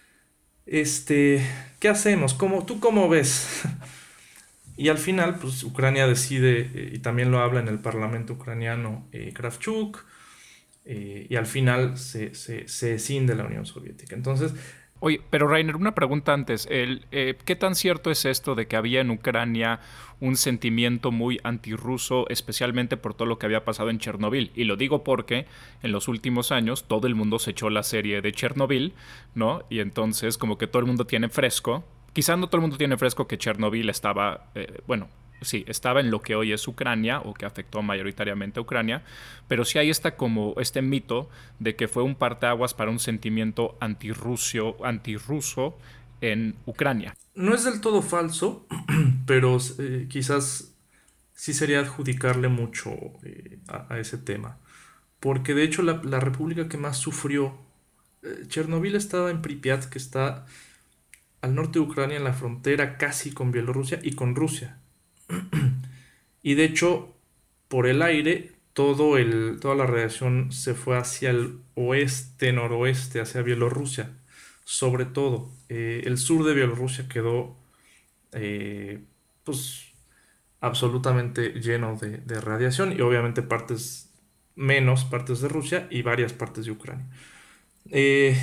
¿qué hacemos? ¿Tú cómo ves? Y al final, pues, Ucrania decide, y también lo habla en el parlamento ucraniano Kravchuk, y al final se escinde la Unión Soviética. Entonces, Oye, pero Rainer, una pregunta antes. ¿Qué tan cierto es esto de que había en Ucrania un sentimiento muy antirruso, especialmente por todo lo que había pasado en Chernobyl? Y lo digo porque en los últimos años todo el mundo se echó la serie de Chernobyl, ¿no? Y entonces como que todo el mundo tiene fresco. Quizás no todo el mundo tiene fresco que Chernobyl estaba, sí, estaba en lo que hoy es Ucrania o que afectó mayoritariamente a Ucrania, pero sí hay como este mito de que fue un parteaguas para un sentimiento antirruso en Ucrania. No es del todo falso, pero quizás sí sería adjudicarle mucho a ese tema. Porque de hecho la república que más sufrió, Chernobyl estaba en Pripyat, que está al norte de Ucrania, en la frontera casi con Bielorrusia y con Rusia. Y de hecho, por el aire, toda la radiación se fue hacia el oeste, noroeste, hacia Bielorrusia. Sobre todo, el sur de Bielorrusia quedó eh, pues absolutamente lleno de radiación y obviamente menos partes de Rusia y varias partes de Ucrania. Eh,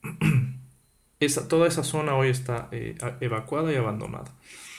toda esa zona hoy está evacuada y abandonada.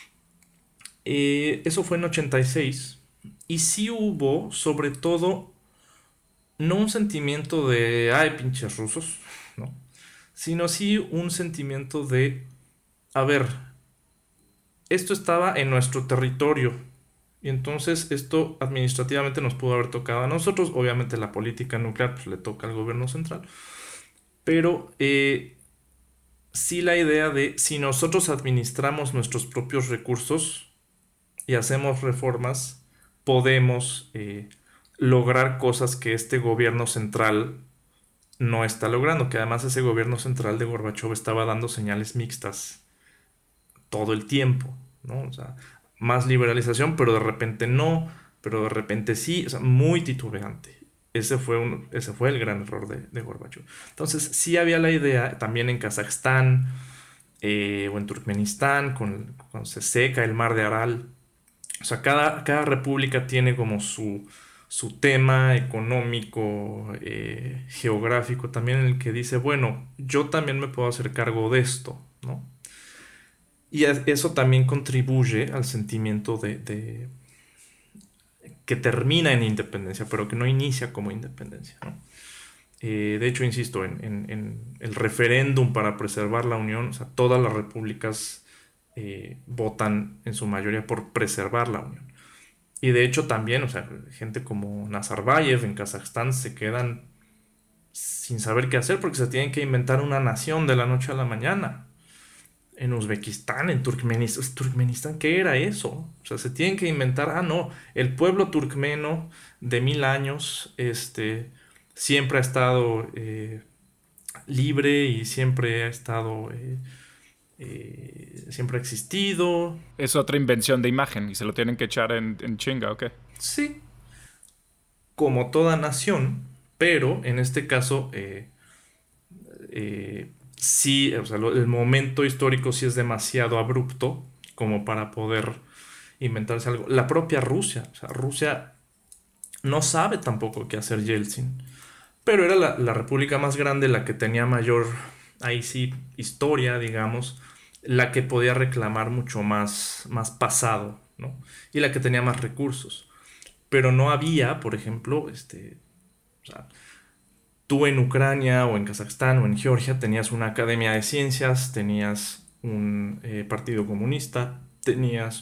Eso fue en 86 y sí hubo, sobre todo, no un sentimiento de, ay, pinches rusos, ¿no? Sino sí un sentimiento de, a ver, esto estaba en nuestro territorio y entonces esto administrativamente nos pudo haber tocado a nosotros. Obviamente la política nuclear pues, le toca al gobierno central, pero sí la idea de si nosotros administramos nuestros propios recursos y hacemos reformas, podemos lograr cosas que este gobierno central no está logrando, que además ese gobierno central de Gorbachev estaba dando señales mixtas todo el tiempo, ¿no? O sea, más liberalización, pero de repente no, pero de repente sí, o sea, muy titubeante. Ese fue el gran error de Gorbachev. Entonces, sí había la idea, también en Kazajstán o en Turkmenistán, cuando se seca el mar de Aral. O sea, cada república tiene como su tema económico, geográfico, también en el que dice, bueno, yo también me puedo hacer cargo de esto, ¿no? Y eso también contribuye al sentimiento que termina en independencia, pero que no inicia como independencia, ¿no? De hecho, insisto, en el referéndum para preservar la Unión, o sea, todas las repúblicas votan en su mayoría por preservar la Unión. Y de hecho también, o sea, gente como Nazarbayev en Kazajstán se quedan sin saber qué hacer porque se tienen que inventar una nación de la noche a la mañana. En Uzbekistán, en Turkmenistán, ¿qué era eso? O sea, se tienen que inventar, no, el pueblo turkmeno de 1000 años, siempre ha estado libre y siempre ha estado, siempre ha existido. Es otra invención de imagen y se lo tienen que echar en chinga, ¿ok? Sí, como toda nación, pero en este caso sí, o sea, el momento histórico sí es demasiado abrupto como para poder inventarse algo. La propia Rusia, o sea, Rusia no sabe tampoco qué hacer Yeltsin, pero era la república más grande, la que tenía mayor, ahí sí, historia, digamos, la que podía reclamar mucho más pasado, ¿no? Y la que tenía más recursos. Pero no había, por ejemplo, o sea, tú en Ucrania o en Kazajstán o en Georgia tenías una academia de ciencias, tenías un partido comunista, tenías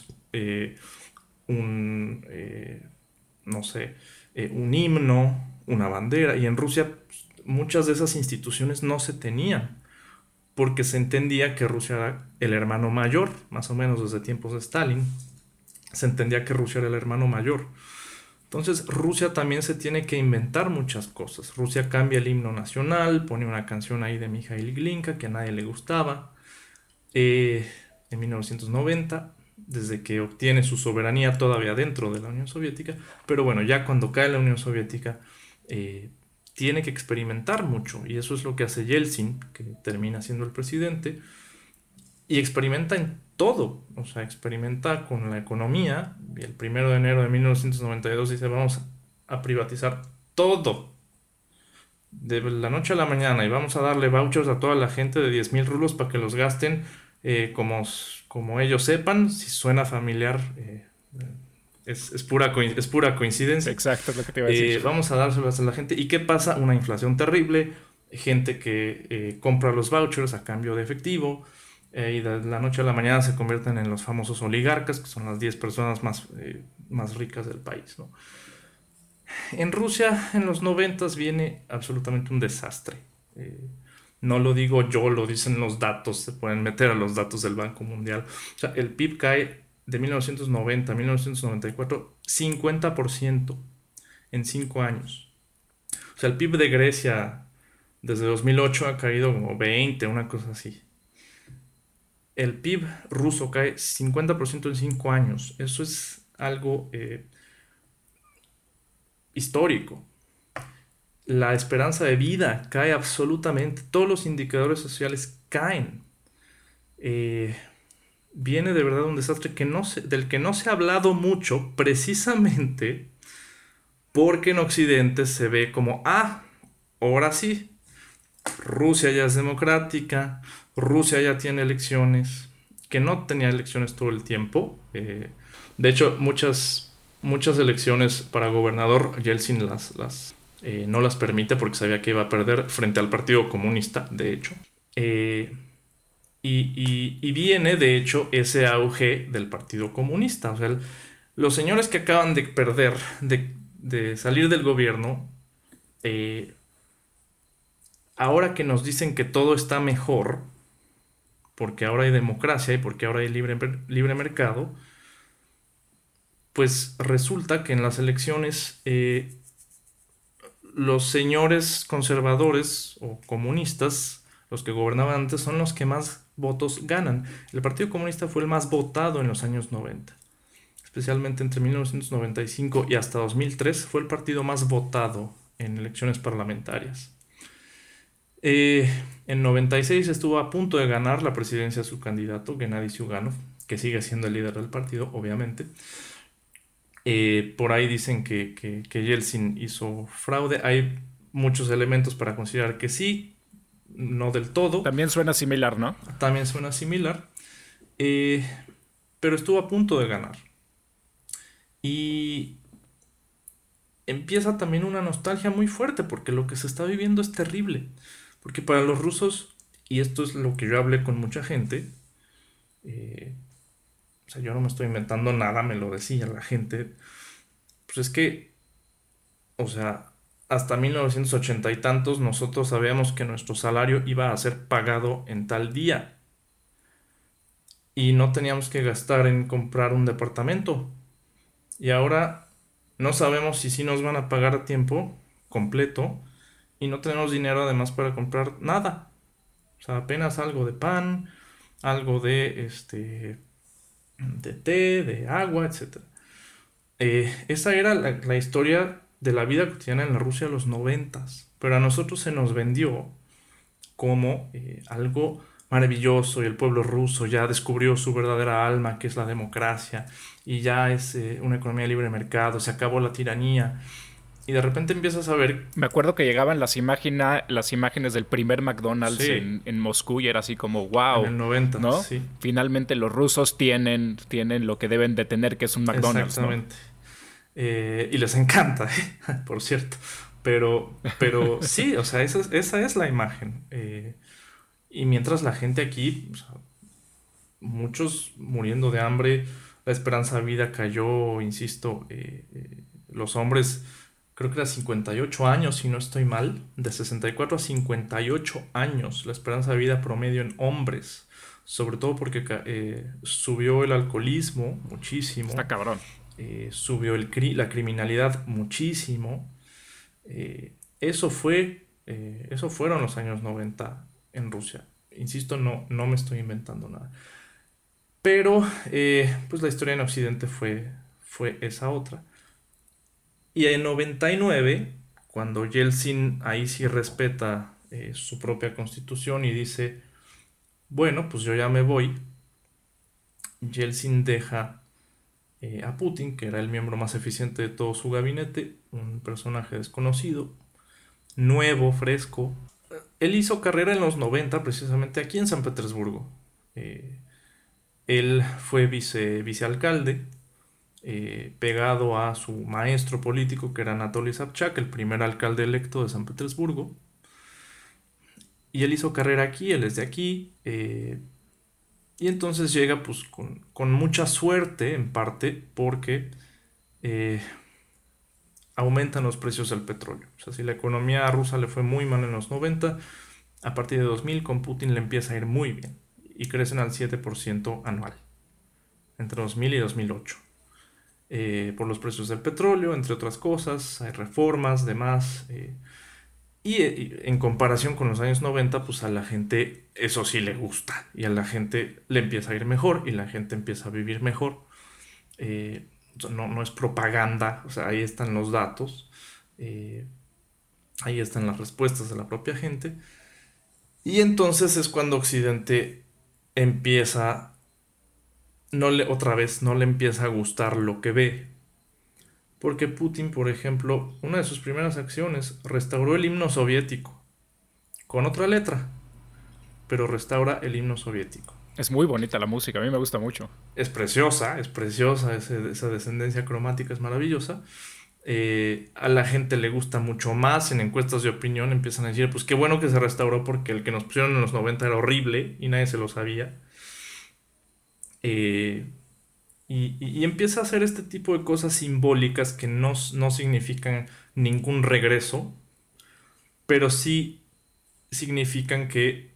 no sé, un himno, una bandera, y en Rusia pues, muchas de esas instituciones no se tenían, porque se entendía que Rusia era el hermano mayor, más o menos desde tiempos de Stalin, se entendía que Rusia era el hermano mayor. Entonces Rusia también se tiene que inventar muchas cosas. Rusia cambia el himno nacional, pone una canción ahí de Mikhail Glinka que a nadie le gustaba, en 1990, desde que obtiene su soberanía todavía dentro de la Unión Soviética. Pero bueno, ya cuando cae la Unión Soviética, tiene que experimentar mucho, y eso es lo que hace Yeltsin, que termina siendo el presidente, y experimenta en todo, o sea, experimenta con la economía, y el 1 de enero de 1992 dice, vamos a privatizar todo, de la noche a la mañana y vamos a darle vouchers a toda la gente de 10,000 rublos para que los gasten como ellos sepan. Si suena familiar, es pura coincidencia. Exacto, es lo que te iba a decir. Vamos a dárselos a la gente. ¿Y qué pasa? Una inflación terrible, gente que compra los vouchers a cambio de efectivo, y de la noche a la mañana se convierten en los famosos oligarcas, que son las 10 personas más ricas del país, ¿no? En Rusia, en los 90 viene absolutamente un desastre. No lo digo yo, lo dicen los datos, se pueden meter a los datos del Banco Mundial. O sea, el PIB cae de 1990 a 1994 50% en 5 años. O sea, el PIB de Grecia desde 2008 ha caído como 20, una cosa así. El PIB ruso cae 50% en 5 años. Eso es algo histórico. La esperanza de vida cae absolutamente. Todos los indicadores sociales caen. Viene de verdad un desastre del que no se ha hablado mucho, precisamente porque en Occidente se ve como, ahora sí, Rusia ya es democrática, Rusia ya tiene elecciones, que no tenía elecciones todo el tiempo. De hecho, muchas elecciones para gobernador, Yeltsin no las permite porque sabía que iba a perder frente al Partido Comunista, de hecho. Y viene, de hecho, ese auge del Partido Comunista. O sea, los señores que acaban de perder, de salir del gobierno, ahora que nos dicen que todo está mejor, porque ahora hay democracia y porque ahora hay libre mercado, pues resulta que en las elecciones los señores conservadores o comunistas, los que gobernaban antes, son los que más votos ganan. El Partido Comunista fue el más votado en los años 90. Especialmente entre 1995 y hasta 2003 fue el partido más votado en elecciones parlamentarias. En 96 estuvo a punto de ganar la presidencia su candidato, Gennady Zyuganov, que sigue siendo el líder del partido, obviamente. Por ahí dicen que Yeltsin hizo fraude. Hay muchos elementos para considerar que sí, no del todo. También suena similar, ¿no? También suena similar. Pero estuvo a punto de ganar. Y empieza también una nostalgia muy fuerte porque lo que se está viviendo es terrible. Porque para los rusos, y esto es lo que yo hablé con mucha gente, o sea, yo no me estoy inventando nada, me lo decía la gente, pues es que, o sea, hasta 1980 y tantos nosotros sabíamos que nuestro salario iba a ser pagado en tal día y no teníamos que gastar en comprar un departamento. Y ahora no sabemos si sí nos van a pagar a tiempo completo y no tenemos dinero además para comprar nada. O sea, apenas algo de pan, algo de té, de agua, etc. Esa era la historia de la vida cotidiana en la Rusia de los 90s. Pero a nosotros se nos vendió como algo maravilloso y el pueblo ruso ya descubrió su verdadera alma, que es la democracia, y ya es una economía de libre mercado, se acabó la tiranía. Y de repente empiezas a ver... Me acuerdo que llegaban las imágenes del primer McDonald's Sí. en Moscú y era así como, wow, En el 90, ¿no? sí. Finalmente los rusos tienen lo que deben de tener, que es un McDonald's, ¿no? Exactamente. Y les encanta, por cierto. Pero sí, o sea, esa es la imagen. Y mientras la gente aquí, o sea, muchos muriendo de hambre, la esperanza de vida cayó, insisto, los hombres, creo que era 58 años, si no estoy mal, de 64 a 58 años, la esperanza de vida promedio en hombres, sobre todo porque subió el alcoholismo muchísimo. Está cabrón. Subió la criminalidad muchísimo. Eso fueron los años 90 en Rusia. Insisto, no me estoy inventando nada. Pero pues la historia en Occidente fue esa otra. Y en 99, cuando Yeltsin ahí sí respeta su propia constitución y dice, bueno, pues yo ya me voy, Yeltsin deja a Putin, que era el miembro más eficiente de todo su gabinete, un personaje desconocido, nuevo, fresco. Él hizo carrera en los 90 precisamente aquí en San Petersburgo. Él fue vicealcalde, pegado a su maestro político, que era Anatoly Sobchak, el primer alcalde electo de San Petersburgo. Y él hizo carrera aquí, él es de aquí. Y entonces llega pues con mucha suerte, en parte, porque aumentan los precios del petróleo. O sea, si la economía rusa le fue muy mal en los 90, a partir de 2000 con Putin le empieza a ir muy bien. Y crecen al 7% anual, entre 2000 y 2008. Por los precios del petróleo, entre otras cosas, hay reformas, demás. Y en comparación con los años 90, pues a la gente eso sí le gusta. Y a la gente le empieza a ir mejor y la gente empieza a vivir mejor. No es propaganda, o sea, ahí están los datos. Ahí están las respuestas de la propia gente. Y entonces es cuando Occidente empieza, otra vez, no le empieza a gustar lo que ve. Porque Putin, por ejemplo, una de sus primeras acciones, restauró el himno soviético, con otra letra, pero restaura el himno soviético. Es muy bonita la música, a mí me gusta mucho. Es preciosa, esa descendencia cromática es maravillosa. A la gente le gusta mucho más, en encuestas de opinión empiezan a decir, pues qué bueno que se restauró porque el que nos pusieron en los 90 era horrible y nadie se lo sabía. Y empieza a hacer este tipo de cosas simbólicas que no significan ningún regreso, pero sí significan que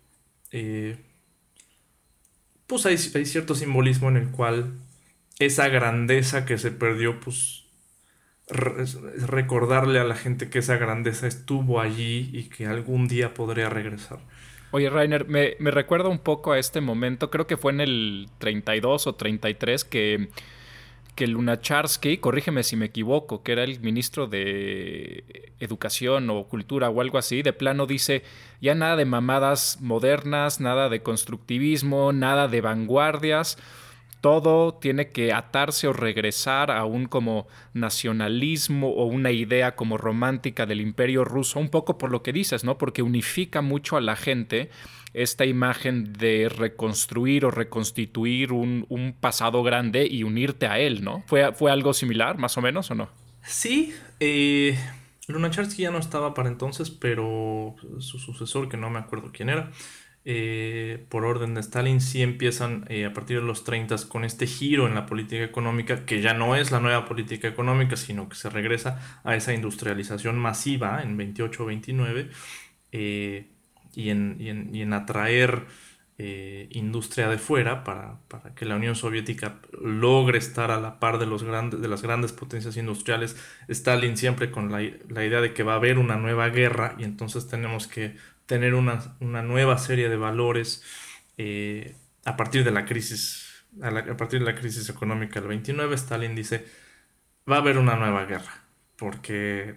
pues hay cierto simbolismo en el cual esa grandeza que se perdió, pues recordarle a la gente que esa grandeza estuvo allí y que algún día podría regresar. Oye, Rainer, me recuerda un poco a este momento, creo que fue en el 32 o 33 que Lunacharsky, corrígeme si me equivoco, que era el ministro de Educación o Cultura o algo así, de plano dice, ya nada de mamadas modernas, nada de constructivismo, nada de vanguardias, todo tiene que atarse o regresar a un como nacionalismo o una idea como romántica del imperio ruso, un poco por lo que dices, ¿no? Porque unifica mucho a la gente esta imagen de reconstruir o reconstituir un pasado grande y unirte a él, ¿no? ¿Fue algo similar, más o menos, o no? Sí, Lunacharsky ya no estaba para entonces, pero su sucesor, que no me acuerdo quién era, por orden de Stalin, sí empiezan a partir de los 30 con este giro en la política económica, que ya no es la nueva política económica, sino que se regresa a esa industrialización masiva en 28-29, y en atraer industria de fuera para que la Unión Soviética logre estar a la par de las grandes potencias industriales. Stalin siempre con la idea de que va a haber una nueva guerra y entonces tenemos que tener una nueva serie de valores a partir de la crisis, a partir de la crisis económica del 29. Stalin dice, va a haber una nueva guerra porque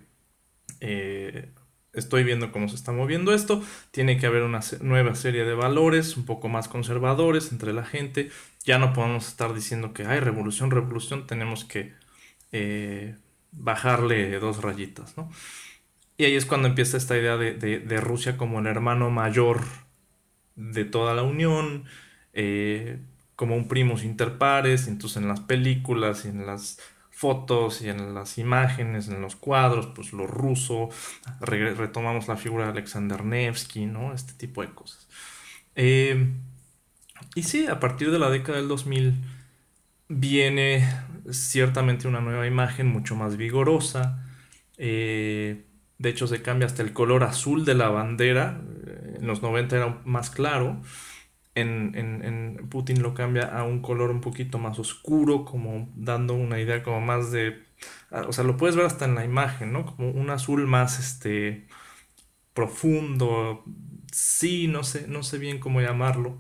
estoy viendo cómo se está moviendo esto, tiene que haber una nueva serie de valores un poco más conservadores entre la gente, ya no podemos estar diciendo que hay revolución, tenemos que bajarle 2 rayitas, ¿no? Y ahí es cuando empieza esta idea de Rusia como el hermano mayor de toda la Unión, como un primus inter pares, y entonces en las películas y en las fotos y en las imágenes, en los cuadros, pues lo ruso, retomamos la figura de Alexander Nevsky, ¿no? Este tipo de cosas. Y sí, a partir de la década del 2000 viene ciertamente una nueva imagen mucho más vigorosa. De hecho, se cambia hasta el color azul de la bandera. En los 90 era más claro. En Putin lo cambia a un color un poquito más oscuro, como dando una idea como más de... O sea, lo puedes ver hasta en la imagen, ¿no? Como un azul más profundo. Sí, no sé bien cómo llamarlo.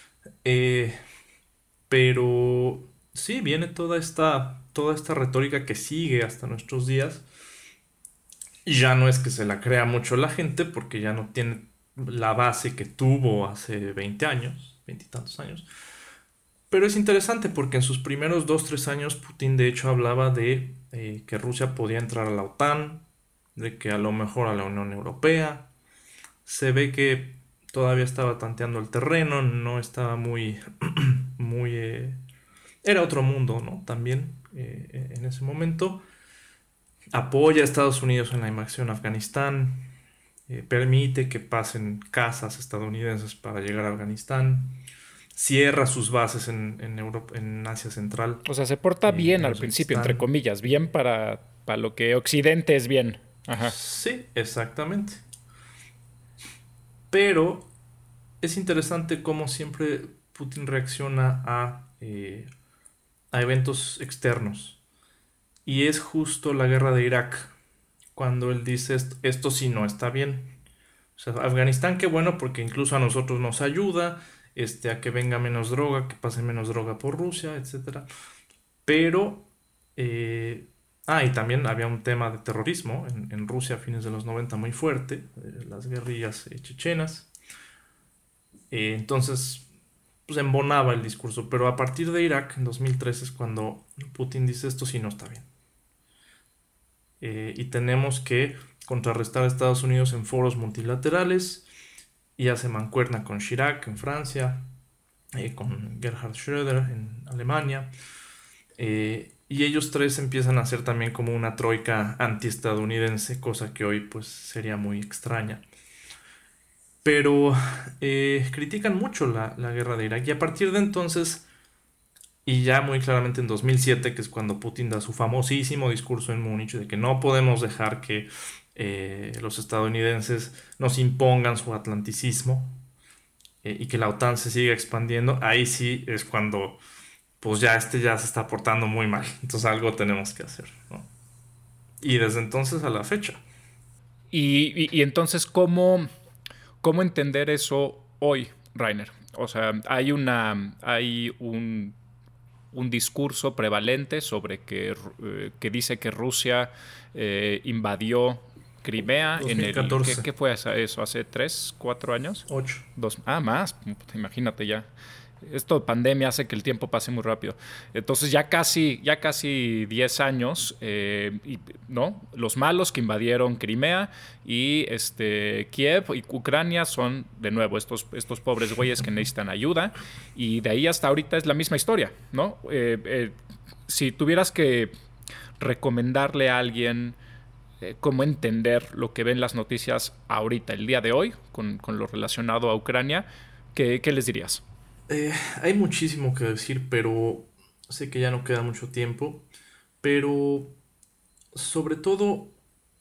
Pero sí, viene toda esta retórica que sigue hasta nuestros días. Y ya no es que se la crea mucho la gente, porque ya no tiene la base que tuvo hace 20 años, 20 y tantos años. Pero es interesante porque en sus primeros 2-3 años Putin de hecho hablaba de que Rusia podía entrar a la OTAN, de que a lo mejor a la Unión Europea. Se ve que todavía estaba tanteando el terreno, no estaba muy, muy... era otro mundo, ¿no? También en ese momento. Apoya a Estados Unidos en la invasión a Afganistán, permite que pasen cazas estadounidenses para llegar a Afganistán, cierra sus bases en Asia Central. O sea, se porta bien al principio, entre comillas, bien para lo que Occidente es bien. Ajá. Sí, exactamente. Pero es interesante cómo siempre Putin reacciona a eventos externos. Y es justo la guerra de Irak, cuando él dice esto sí no está bien. O sea, Afganistán, qué bueno, porque incluso a nosotros nos ayuda, a que venga menos droga, que pase menos droga por Rusia, etcétera. Pero, y también había un tema de terrorismo en Rusia a fines de los 90 muy fuerte, las guerrillas chechenas. Entonces, pues embonaba el discurso. Pero a partir de Irak, en 2013, es cuando Putin dice esto sí no está bien. Y tenemos que contrarrestar a Estados Unidos en foros multilaterales, y hace mancuerna con Chirac en Francia, con Gerhard Schröder en Alemania, y ellos tres empiezan a hacer también como una troika antiestadounidense, cosa que hoy pues sería muy extraña. Pero critican mucho la guerra de Irak, y a partir de entonces, y ya muy claramente en 2007, que es cuando Putin da su famosísimo discurso en Múnich de que no podemos dejar que los estadounidenses nos impongan su atlanticismo, y que la OTAN se siga expandiendo, ahí sí es cuando pues ya ya se está portando muy mal. Entonces algo tenemos que hacer, ¿no? Y desde entonces a la fecha. Y entonces, ¿cómo entender eso hoy, Rainer? O sea, hay un discurso prevalente sobre que dice que Rusia invadió Crimea 2014. en el... ¿Qué fue eso? ¿Hace 3, 4 años? 8. Más. Imagínate ya. Esto de pandemia hace que el tiempo pase muy rápido. Entonces ya casi 10 años, ¿no? Los malos que invadieron Crimea y Kiev y Ucrania son, de nuevo, estos pobres güeyes que necesitan ayuda. Y de ahí hasta ahorita es la misma historia, ¿no? Si tuvieras que recomendarle a alguien cómo entender lo que ven las noticias ahorita, el día de hoy, con lo relacionado a Ucrania, ¿qué les dirías? Hay muchísimo que decir, pero sé que ya no queda mucho tiempo. Pero sobre todo,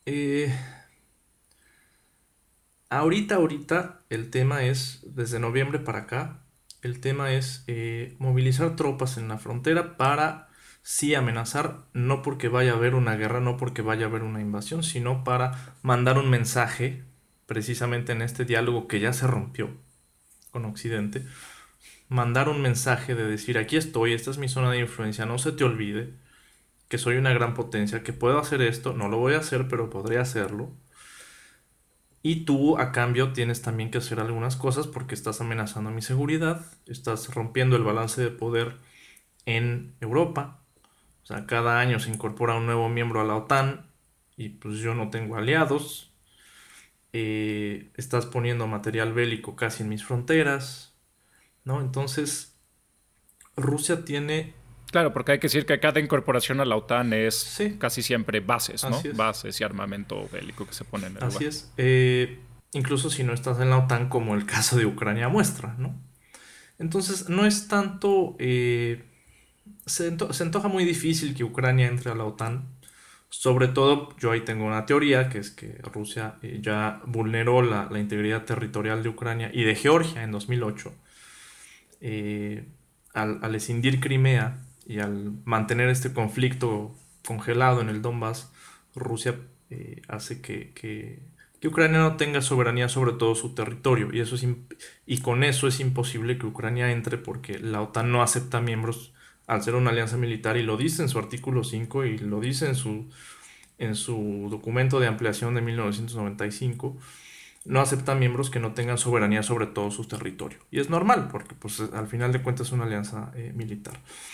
ahorita el tema es, desde noviembre para acá, el tema es movilizar tropas en la frontera para sí amenazar, no porque vaya a haber una guerra, no porque vaya a haber una invasión, sino para mandar un mensaje, precisamente en este diálogo que ya se rompió con Occidente. Mandar un mensaje de decir, aquí estoy, esta es mi zona de influencia, no se te olvide que soy una gran potencia, que puedo hacer esto, no lo voy a hacer, pero podría hacerlo. Y tú, a cambio, tienes también que hacer algunas cosas porque estás amenazando mi seguridad, estás rompiendo el balance de poder en Europa. O sea, cada año se incorpora un nuevo miembro a la OTAN y pues yo no tengo aliados. Estás poniendo material bélico casi en mis fronteras, ¿no? Entonces, Rusia tiene... Claro, porque hay que decir que cada incorporación a la OTAN es casi siempre bases, ¿no? Así es. Bases y armamento bélico que se ponen en el lugar. Así es. Incluso si no estás en la OTAN, como el caso de Ucrania muestra, ¿no? Entonces, no es tanto... se antoja muy difícil que Ucrania entre a la OTAN. Sobre todo, yo ahí tengo una teoría, que es que Rusia ya vulneró la integridad territorial de Ucrania y de Georgia en 2008. Al escindir Crimea y al mantener este conflicto congelado en el Donbass, Rusia hace que Ucrania no tenga soberanía sobre todo su territorio. Y con eso es imposible que Ucrania entre porque la OTAN no acepta miembros al ser una alianza militar, y lo dice en su artículo 5 y lo dice en su documento de ampliación de 1995, no acepta miembros que no tengan soberanía sobre todo su territorio. Y es normal, porque pues, al final de cuentas es una alianza militar.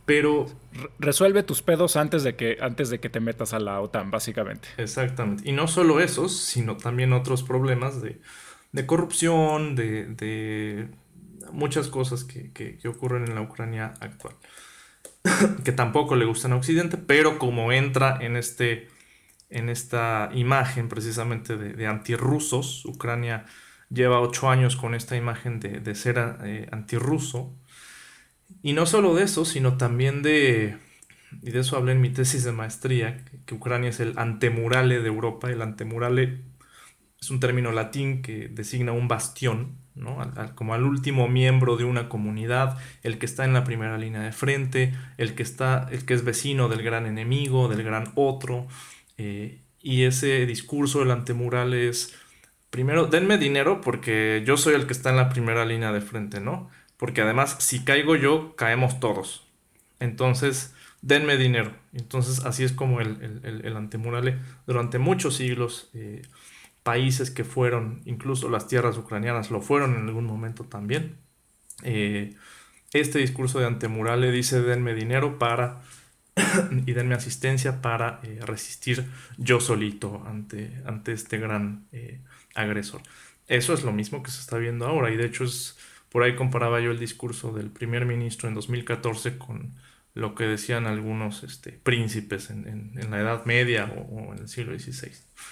Pero Resuelve tus pedos antes de que te metas a la OTAN, básicamente. exactamente. Y no solo esos, sino también otros problemas de corrupción, de muchas cosas que ocurren en la Ucrania actual. Que tampoco le gustan a Occidente, pero como entra en esta imagen precisamente de antirrusos, Ucrania lleva 8 años con esta imagen de ser antirruso. Y no solo de eso, sino también y de eso hablé en mi tesis de maestría, que Ucrania es el antemurale de Europa. El antemurale es un término latín que designa un bastión, ¿no? Como al último miembro de una comunidad, el que está en la primera línea de frente, el que es vecino del gran enemigo, del gran otro. Y ese discurso del antemural es, primero, denme dinero porque yo soy el que está en la primera línea de frente, ¿no? Porque además, si caigo yo, caemos todos. Entonces, denme dinero. Entonces, así es como el antemurale durante muchos siglos. Países que fueron, incluso las tierras ucranianas lo fueron en algún momento también. Este discurso de antemurale dice: denme dinero y denme asistencia para resistir yo solito ante este gran agresor. Eso es lo mismo que se está viendo ahora, y de hecho por ahí comparaba yo el discurso del primer ministro en 2014 con lo que decían algunos príncipes en la Edad Media o en el siglo XVI.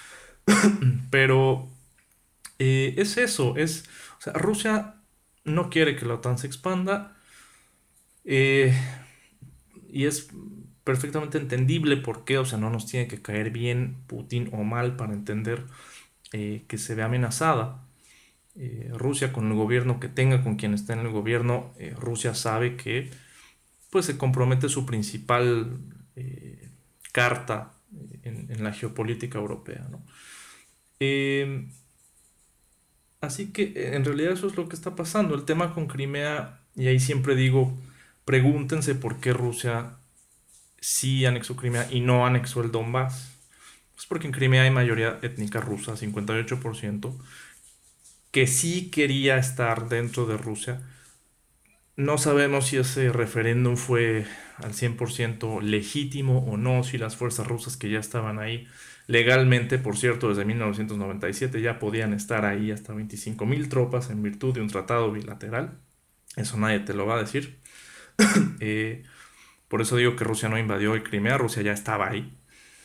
Pero es eso, o sea, Rusia no quiere que la OTAN se expanda, y es perfectamente entendible por qué. O sea, no nos tiene que caer bien Putin o mal para entender que se ve amenazada. Rusia, con el gobierno que tenga, con quien esté en el gobierno, Rusia sabe que pues se compromete su principal carta en la geopolítica europea, ¿no? Así que en realidad eso es lo que está pasando. El tema con Crimea, y ahí siempre digo, pregúntense por qué Rusia sí anexó Crimea y no anexó el Donbass. Pues porque en Crimea hay mayoría étnica rusa, 58%, que sí quería estar dentro de Rusia. No sabemos si ese referéndum fue al 100% legítimo o no, si las fuerzas rusas que ya estaban ahí legalmente, por cierto, desde 1997 ya podían estar ahí hasta 25,000 tropas en virtud de un tratado bilateral. Eso nadie te lo va a decir. Por eso digo que Rusia no invadió Crimea, Rusia ya estaba ahí.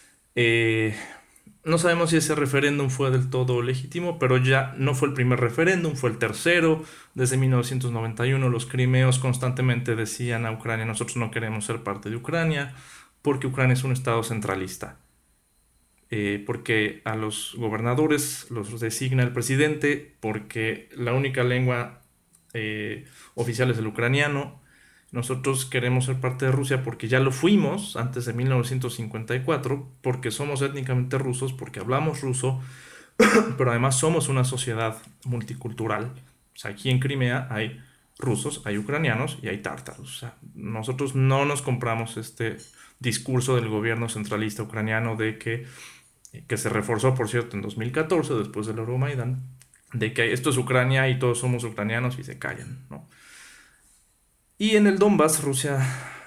No sabemos si ese referéndum fue del todo legítimo, pero ya no fue el primer referéndum, fue el tercero. Desde 1991 los crimeos constantemente decían a Ucrania: nosotros no queremos ser parte de Ucrania, porque Ucrania es un estado centralista. Porque a los gobernadores los designa el presidente, porque la única lengua oficial es el ucraniano. Nosotros queremos ser parte de Rusia porque ya lo fuimos antes de 1954, porque somos étnicamente rusos, porque hablamos ruso, pero además somos una sociedad multicultural. O sea, aquí en Crimea hay rusos, hay ucranianos y hay tártaros. O sea, nosotros no nos compramos este discurso del gobierno centralista ucraniano de que se reforzó, por cierto, en 2014, después del Euromaidán, de que esto es Ucrania y todos somos ucranianos, y se callan, ¿no? Y en el Donbass, Rusia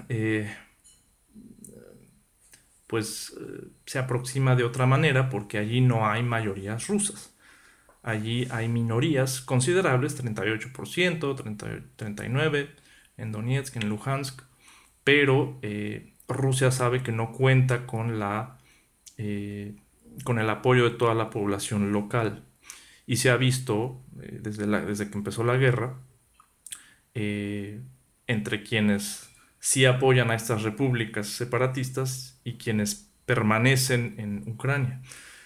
se aproxima de otra manera, porque allí no hay mayorías rusas. Allí hay minorías considerables, 38%, 39% en Donetsk, en Luhansk, pero Rusia sabe que no cuenta con el apoyo de toda la población local. Y se ha visto desde que empezó la guerra, entre quienes sí apoyan a estas repúblicas separatistas y quienes permanecen en Ucrania.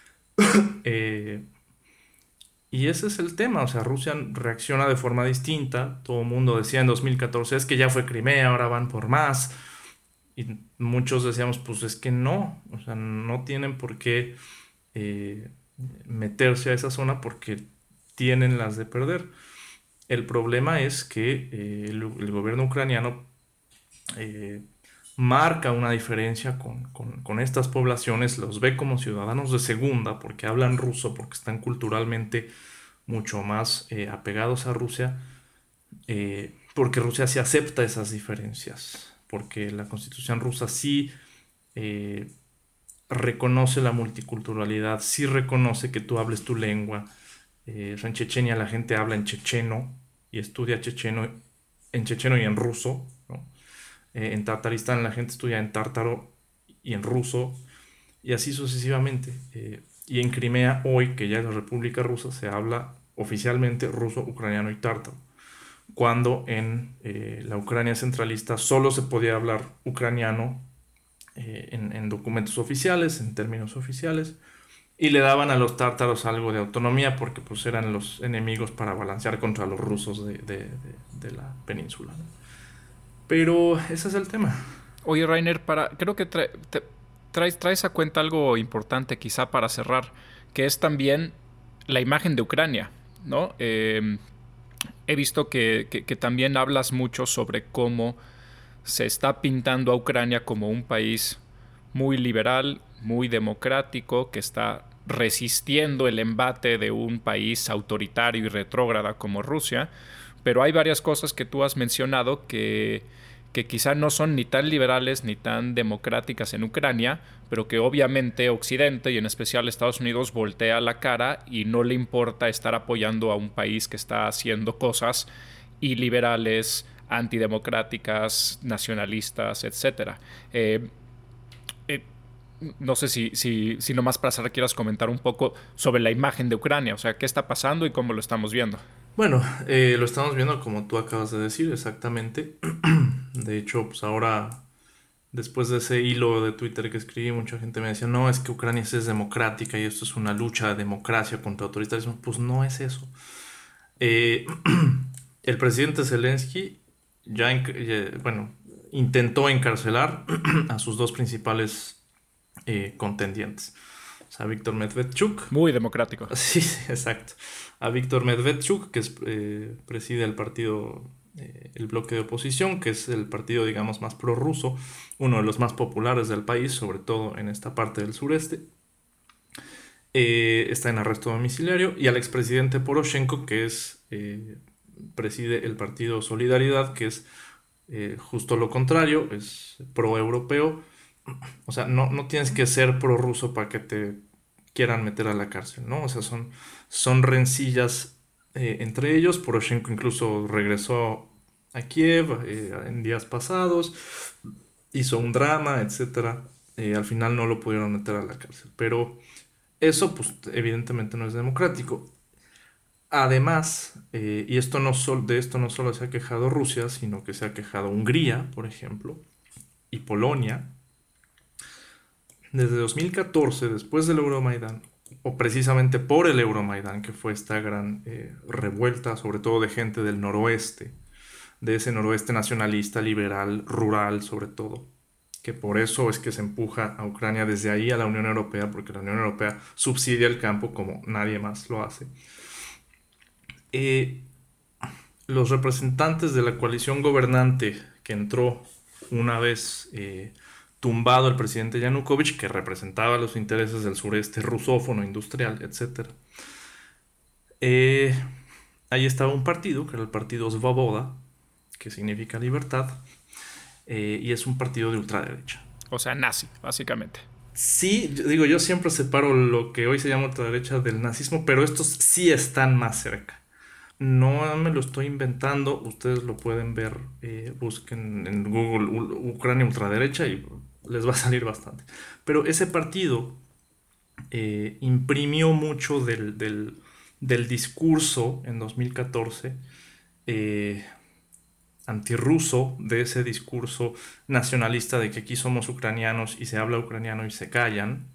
Y ese es el tema. O sea, Rusia reacciona de forma distinta. Todo el mundo decía en 2014, es que ya fue Crimea, ahora van por más. Y muchos decíamos, pues es que no. O sea, no tienen por qué meterse a esa zona, porque tienen las de perder. El problema es que el gobierno ucraniano marca una diferencia con estas poblaciones, los ve como ciudadanos de segunda, porque hablan ruso, porque están culturalmente mucho más apegados a Rusia, porque Rusia sí acepta esas diferencias porque la Constitución rusa sí reconoce la multiculturalidad, sí reconoce que tú hables tu lengua. En Chechenia la gente habla en checheno y estudia checheno en checheno y en ruso, ¿no? En Tartaristán la gente estudia en tártaro y en ruso, y así sucesivamente. Y en Crimea, hoy, que ya es la República Rusa, se habla oficialmente ruso, ucraniano y tártaro, cuando en la Ucrania centralista solo se podía hablar ucraniano en documentos oficiales, en términos oficiales, y le daban a los tártaros algo de autonomía porque pues eran los enemigos para balancear contra los rusos de la península, ¿no? Pero ese es el tema. Oye, Rainer, creo que traes a cuenta algo importante quizá para cerrar, que es también la imagen de Ucrania, ¿no? He visto que también hablas mucho sobre cómo se está pintando a Ucrania como un país muy liberal, muy democrático, que está resistiendo el embate de un país autoritario y retrógrada como Rusia, pero hay varias cosas que tú has mencionado que quizá no son ni tan liberales ni tan democráticas en Ucrania, pero que obviamente Occidente y en especial Estados Unidos voltea la cara y no le importa estar apoyando a un país que está haciendo cosas iliberales, antidemocráticas, nacionalistas, etcétera. No sé si nomás para cerrar quieras comentar un poco sobre la imagen de Ucrania, o sea, qué está pasando y cómo lo estamos viendo. Bueno, lo estamos viendo como tú acabas de decir, exactamente. De hecho, pues ahora, después de ese hilo de Twitter que escribí, mucha gente me decía, no, es que Ucrania es democrática y esto es una lucha de democracia contra autoritarismo. Pues no es eso. Eh, el presidente Zelensky bueno, intentó encarcelar a sus dos principales contendientes. O sea, Víctor Medvedchuk. Muy democrático. Sí, exacto. A Víctor Medvedchuk, que preside el partido, el bloque de oposición, que es el partido, digamos, más prorruso, uno de los más populares del país, sobre todo en esta parte del sureste. Está en arresto domiciliario. Y al expresidente Poroshenko, que preside el partido Solidaridad, que es justo lo contrario, es pro-europeo. O sea, no tienes que ser prorruso para que te quieran meter a la cárcel, ¿no? O sea, son rencillas entre ellos. Poroshenko incluso regresó a Kiev en días pasados, hizo un drama, etcétera. Al final no lo pudieron meter a la cárcel, pero eso, pues, evidentemente no es democrático. Además, y de esto no solo se ha quejado Rusia, sino que se ha quejado Hungría, por ejemplo, y Polonia. Desde 2014, después del Euromaidán, o precisamente por el Euromaidán, que fue esta gran revuelta, sobre todo de gente del noroeste, de ese noroeste nacionalista, liberal, rural, sobre todo, que por eso es que se empuja a Ucrania desde ahí a la Unión Europea, porque la Unión Europea subsidia el campo como nadie más lo hace. Los representantes de la coalición gobernante que entró una vez tumbado el presidente Yanukovych, que representaba los intereses del sureste rusófono, industrial, etc. Ahí estaba un partido, que era el partido Svoboda, que significa libertad, y es un partido de ultraderecha. O sea, nazi, básicamente. Sí, yo siempre separo lo que hoy se llama ultraderecha del nazismo, pero estos sí están más cerca. No me lo estoy inventando, ustedes lo pueden ver, busquen en Google Ucrania ultraderecha y les va a salir bastante. Pero ese partido imprimió mucho del discurso en 2014 antirruso, de ese discurso nacionalista de que aquí somos ucranianos y se habla ucraniano y se callan.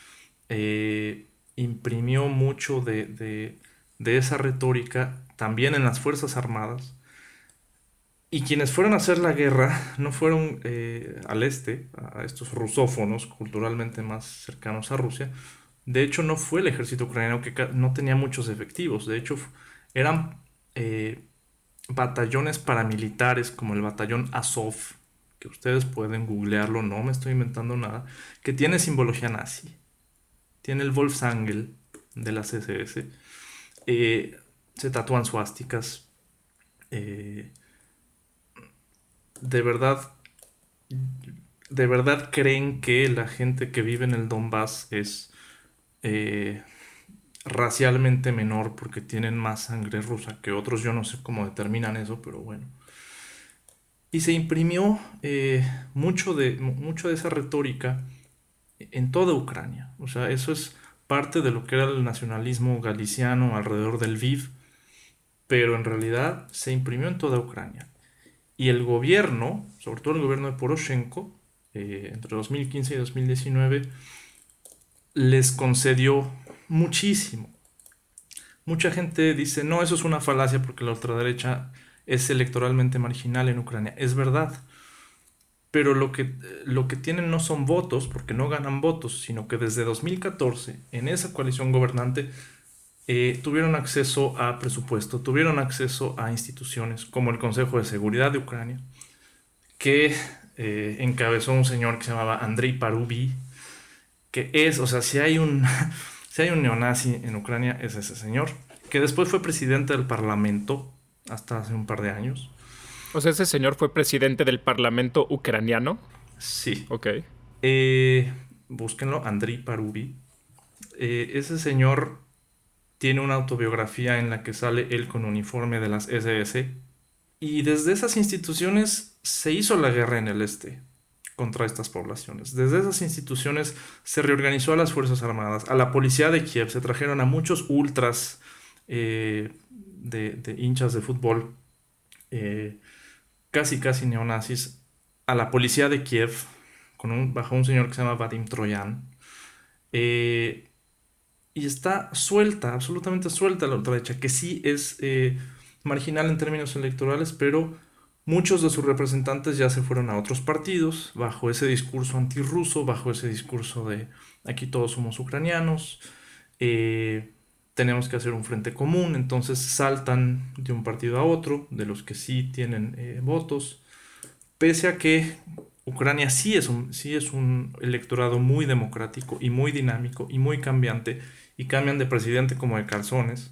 Imprimió mucho de esa retórica también en las Fuerzas Armadas. Y quienes fueron a hacer la guerra no fueron al este, a estos rusófonos culturalmente más cercanos a Rusia. De hecho, no fue el ejército ucraniano, que no tenía muchos efectivos. De hecho, eran batallones paramilitares como el batallón Azov, que ustedes pueden googlearlo, no me estoy inventando nada, que tiene simbología nazi. Tiene el Wolfsangel de las SS. Se tatúan suásticas. De verdad, ¿De verdad creen que la gente que vive en el Donbass es racialmente menor porque tienen más sangre rusa que otros? Yo no sé cómo determinan eso, pero bueno. Y se imprimió mucho de esa retórica en toda Ucrania. O sea, eso es parte de lo que era el nacionalismo galiciano alrededor del Lviv, pero en realidad se imprimió en toda Ucrania. Y el gobierno, sobre todo el gobierno de Poroshenko, entre 2015 y 2019, les concedió muchísimo. Mucha gente dice, no, eso es una falacia porque la ultraderecha es electoralmente marginal en Ucrania. Es verdad, pero lo que tienen no son votos, porque no ganan votos, sino que desde 2014, en esa coalición gobernante, tuvieron acceso a presupuesto, tuvieron acceso a instituciones como el Consejo de Seguridad de Ucrania, que encabezó un señor que se llamaba Andrei Parubi, que es, o sea, si hay un, si hay un neonazi en Ucrania, es ese señor, que después fue presidente del Parlamento hasta hace un par de años. O sea, ese señor fue presidente del Parlamento ucraniano. Sí. Ok. Búsquenlo, Andrei Parubi. Ese señor tiene una autobiografía en la que sale él con uniforme de las SS. Y desde esas instituciones se hizo la guerra en el este contra estas poblaciones. Desde esas instituciones se reorganizó a las Fuerzas Armadas, a la policía de Kiev, se trajeron a muchos ultras de hinchas de fútbol, casi neonazis, a la policía de Kiev, bajo un señor que se llama Vadim Troyan. Y está suelta, absolutamente suelta la ultraderecha, que sí es marginal en términos electorales, pero muchos de sus representantes ya se fueron a otros partidos, bajo ese discurso antirruso, bajo ese discurso de aquí todos somos ucranianos, tenemos que hacer un frente común, entonces saltan de un partido a otro, de los que sí tienen votos, pese a que Ucrania sí es un electorado muy democrático y muy dinámico y muy cambiante, y cambian de presidente como de calzones.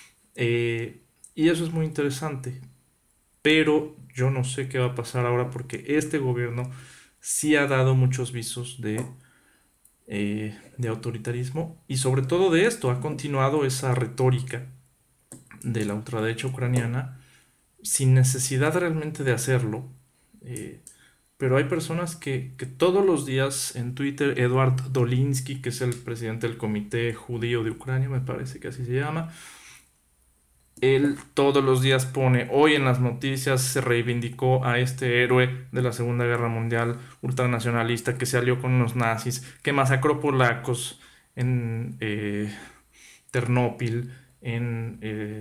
Y eso es muy interesante. Pero yo no sé qué va a pasar ahora porque este gobierno sí ha dado muchos visos de autoritarismo, y sobre todo de esto ha continuado esa retórica de la ultraderecha ucraniana sin necesidad realmente de hacerlo. Pero hay personas que todos los días en Twitter, Eduard Dolinsky, que es el presidente del Comité Judío de Ucrania, me parece que así se llama, él todos los días pone, hoy en las noticias se reivindicó a este héroe de la Segunda Guerra Mundial, ultranacionalista, que se alió con los nazis, que masacró polacos en Ternópil en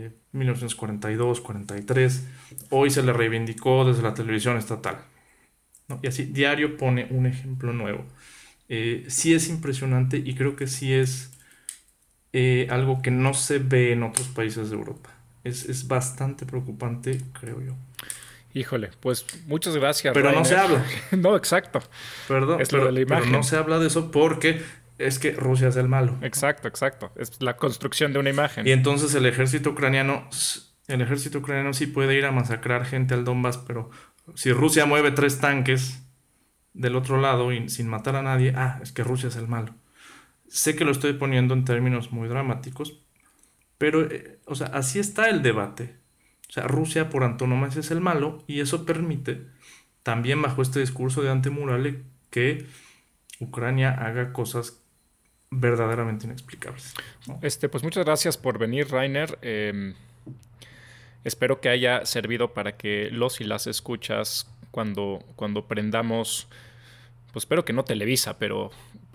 1942-43. Hoy se le reivindicó desde la televisión estatal, ¿no? Y así, diario pone un ejemplo nuevo. Sí es impresionante y creo que sí es algo que no se ve en otros países de Europa. Es bastante preocupante, creo yo. Híjole, pues muchas gracias, Pero Rainer. no se habla. No, exacto. Perdón, Es lo de la imagen. pero no se habla de eso porque es que Rusia es el malo. Exacto. Es la construcción de una imagen. Y entonces el ejército ucraniano sí puede ir a masacrar gente al Donbass, pero si Rusia mueve 3 tanques del otro lado y sin matar a nadie, es que Rusia es el malo. Sé que lo estoy poniendo en términos muy dramáticos, pero, o sea, así está el debate. O sea, Rusia por antonomasia es el malo, y eso permite, también bajo este discurso de Antemurale, que Ucrania haga cosas verdaderamente inexplicables, ¿no? Pues muchas gracias por venir, Rainer. Espero que haya servido para que los y las escuchas cuando prendamos, pues espero que no Televisa, pero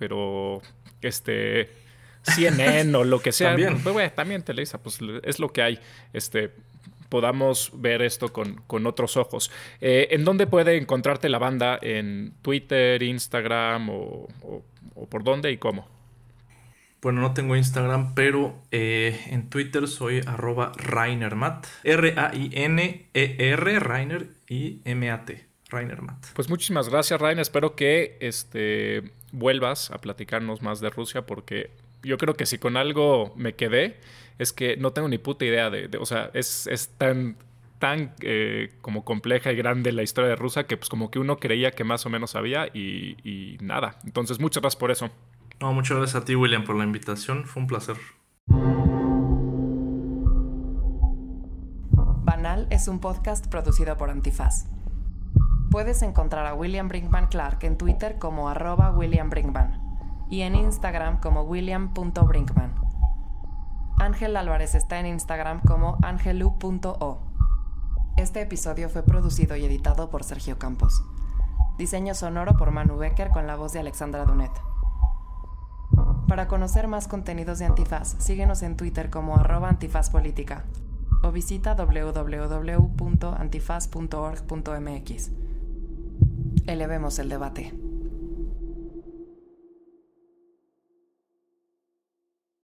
CNN o lo que sea. También. Pues, bueno, también Televisa, pues es lo que hay. Podamos ver esto con otros ojos. ¿En dónde puede encontrarte la banda? ¿En Twitter, Instagram o por dónde y cómo? Bueno, no tengo Instagram, pero en Twitter soy @RainerMat. RAINER, Rainer y MAT. RainerMat. Pues muchísimas gracias, Rainer. Espero que vuelvas a platicarnos más de Rusia, porque yo creo que si con algo me quedé es que no tengo ni puta idea o sea, es tan tan como compleja y grande la historia de Rusia que pues como que uno creía que más o menos sabía y nada. Entonces, muchas gracias por eso. No, muchas gracias a ti, William, por la invitación. Fue un placer. Banal es un podcast producido por Antifaz. Puedes encontrar a William Brinkman Clark en Twitter como @WilliamBrinkman y en Instagram como william.brinkman. Ángel Álvarez está en Instagram como angelu.o. Este episodio fue producido y editado por Sergio Campos. Diseño sonoro por Manu Becker con la voz de Alexandra Dunet. Para conocer más contenidos de Antifaz, síguenos en Twitter como @antifazpolítica o visita www.antifaz.org.mx. Elevemos el debate.